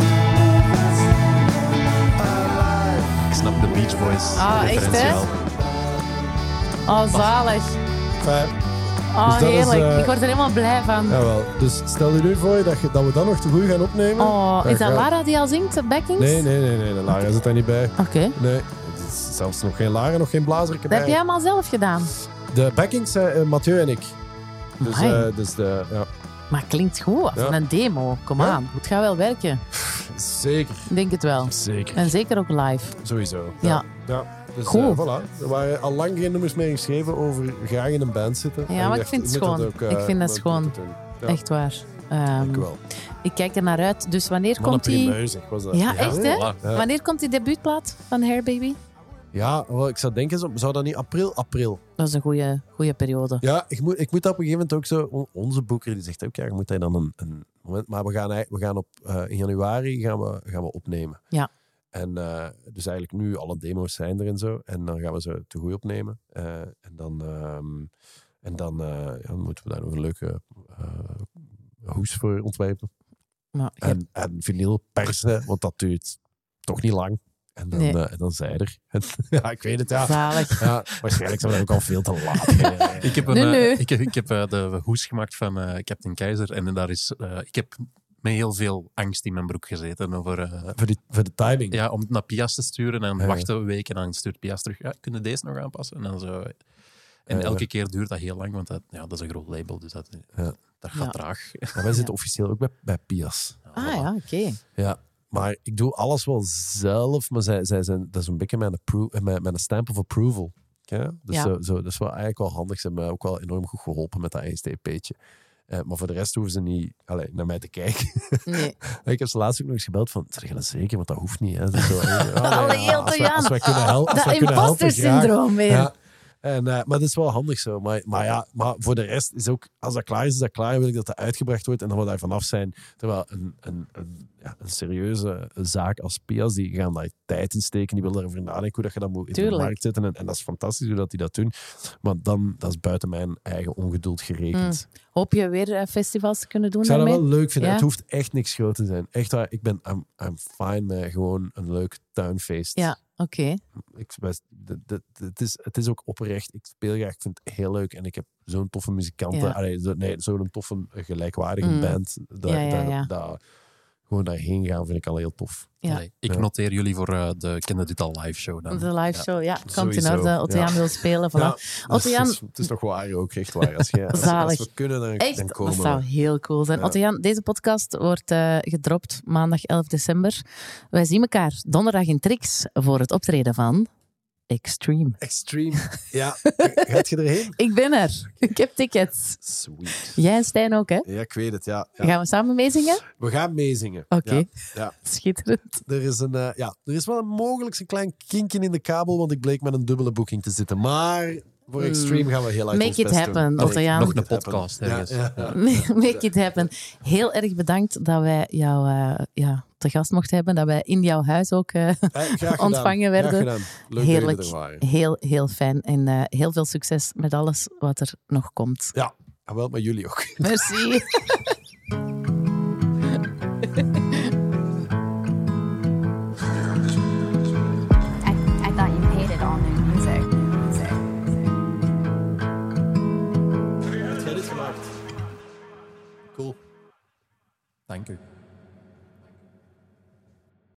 alive. Ik snap de Beach Boys Ah, echt, referentie hè? al. Oh, zalig. Fijn. Oh, Dus dat is, heerlijk. eh, Ik word er helemaal blij van. Jawel. Dus stel je nu voor dat, je, dat we dat nog te goed gaan opnemen. Oh, Dan is dat gaat- Lara die al zingt, de backings? Nee, nee, nee, nee. De Lara zit daar niet bij. Oké. Nee. Het is zelfs nog geen Lara, nog geen blazer Dat erbij. heb jij allemaal zelf gedaan. De backings zijn uh, Mathieu en ik. Dus, Amai. uh, dus de, ja, Maar klinkt goed. Van Ja. een demo. Kom Ja. aan. Het gaat wel werken. zeker. Ik denk het wel. Zeker. En zeker ook live. Sowieso. Ja. ja. Dus Goed. uh, voilà. Er waren al lang geen nummers meer geschreven over graag in een band zitten. Ja, En maar ik dacht, vind het moet schoon. dat ook, uh, Ik vind dat moet schoon. moeten doen. Ja, Echt waar. Ehm, ik wel. ik kijk er naar uit. Dus wanneer Wat een komt die... primeur, zeg, was dat. Ja, echt hè? voilà. Ja. Wanneer komt die debuutplaat van Hair Baby? Ja, wel, ik zou denken, zo- zou dat niet april? April. Dat is een goede, goede periode. Ja, ik moet, ik moet dat op een gegeven moment ook zo... on- Onze boeker die zegt ook, ja, je moet daar dan een, een moment... Maar we gaan, ei- we gaan op... uh, in januari gaan we, gaan we opnemen. Ja. En uh, dus eigenlijk nu alle demo's zijn er en zo. En dan gaan we ze te goed opnemen. Uh, en dan, um, en dan, uh, ja, dan moeten we daar nog een leuke uh, hoes voor ontwerpen. Maar, je- En, en vinyl persen, want dat duurt toch niet lang. En dan, Nee. uh, en dan zij er. Ja, ik weet het, ja. Zalig. Ja, waarschijnlijk zijn we dat ook al veel te laat. Ja, Ik heb, een, Nee, eh, nee. ik heb, ik heb uh, de hoes gemaakt van uh, Captain Keizer. En daar is, uh, ik heb met heel veel angst in mijn broek gezeten. Over, uh, voor, die, voor de timing. ja, om het naar Pias te sturen en dan Ja. wachten we een week en dan stuurt Pias terug. Ja, kunnen deze nog aanpassen? En, dan zo. En Ja. elke keer duurt dat heel lang, want dat, ja, dat is een groot label. Dus dat, Ja. dat gaat Ja. traag. Maar wij zitten officieel ook bij, bij Pias. Ah ja, oké. Ja, maar ik doe alles wel zelf. Maar zij, zij zijn, dat is een beetje mijn, appro- eh, mijn, mijn stamp of approval. Ja? Dus Ja. Zo, zo, dat is wel eigenlijk wel handig. Ze hebben mij ook wel enorm goed geholpen met dat E S T-peetje. Uh, maar voor de rest hoeven ze niet allee, naar mij te kijken. Nee. Ik heb ze laatst ook nog eens gebeld van, zeg je dat zeker? Want dat hoeft niet. Hè. Zo, oh, nee, Allee, ja, als, wij, als wij kunnen, hel- als Dat wij kunnen helpen, graag. imposter-syndroom weer. Ja. En, uh, maar dat is wel handig zo. Maar, maar ja, maar voor de rest is ook, als dat klaar is, is dat klaar. Wil ik dat dat uitgebracht wordt en dan we daar vanaf zijn. Terwijl een, een, een, ja, een serieuze zaak als Pias, die gaan daar tijd in steken. Die willen erover nadenken hoe dat je dat moet in de Tuurlijk. markt zetten. En, en dat is fantastisch hoe dat die dat doen. Maar dan, dat is buiten mijn eigen ongeduld gerekend. Hoop je weer eh, festivals te kunnen doen Ik zou dat daarmee? wel leuk vinden. Ja? Het hoeft echt niks groot te zijn. Echt waar, ik ben I'm, I'm fine met gewoon een leuk tuinfeest. Ja, oké. Ik, best- de- de- de- het, is, het is ook oprecht. Ik speel graag, ik vind het heel leuk. En ik heb zo'n toffe muzikanten. Ja. Allee, zo, nee, zo'n toffe, gelijkwaardige Mm. band. Dat, Ja, ja, dat- ja. dat- gewoon daarheen gaan vind ik al heel tof. Ja. Allee, ik Ja. noteer jullie voor uh, de Kende Dit Al live show. Dan. De live show, ja. Komt Sowieso, in orde. Otto ja. Jan wil spelen. Voilà. Ja, Otto Jan, het, is, het is toch waar ook, echt waar. Als, je, als, Zalig. als we kunnen, dan, dan echt, komen dat we. zou heel cool zijn. Ja. Otto Jan, deze podcast wordt eh, gedropt maandag elf december. Wij zien elkaar donderdag in Trix voor het optreden van Extreme. Extreme. Ja, gaat je erheen? Ik ben er. Ik heb tickets. Sweet. Jij en Stijn ook, hè? Ja, ik weet het, ja. ja. Gaan we samen meezingen? We gaan meezingen. Oké. Ja, ja. Schitterend. Er is, een, uh, ja, er is wel een mogelijk een klein kinkje in de kabel, want ik bleek met een dubbele boeking te zitten. Maar voor Extreme gaan we heel uit Make ons it best happen, doen. Otto Jan. Nog Make een it happen. podcast Ja, ergens. ja, ja. Make it happen. Heel erg bedankt dat wij jou uh, ja, te gast mochten hebben. Dat wij in jouw huis ook uh, Hey, graag gedaan. ontvangen werden. Graag gedaan. Leuk Heerlijk. dat jullie er waren. Heel, heel fijn. En uh, heel veel succes met alles wat er nog komt. Ja, en wel met jullie ook. Merci. I, I thought you hated all new music. music. Heb jij dit gemaakt? Cool. Dank u.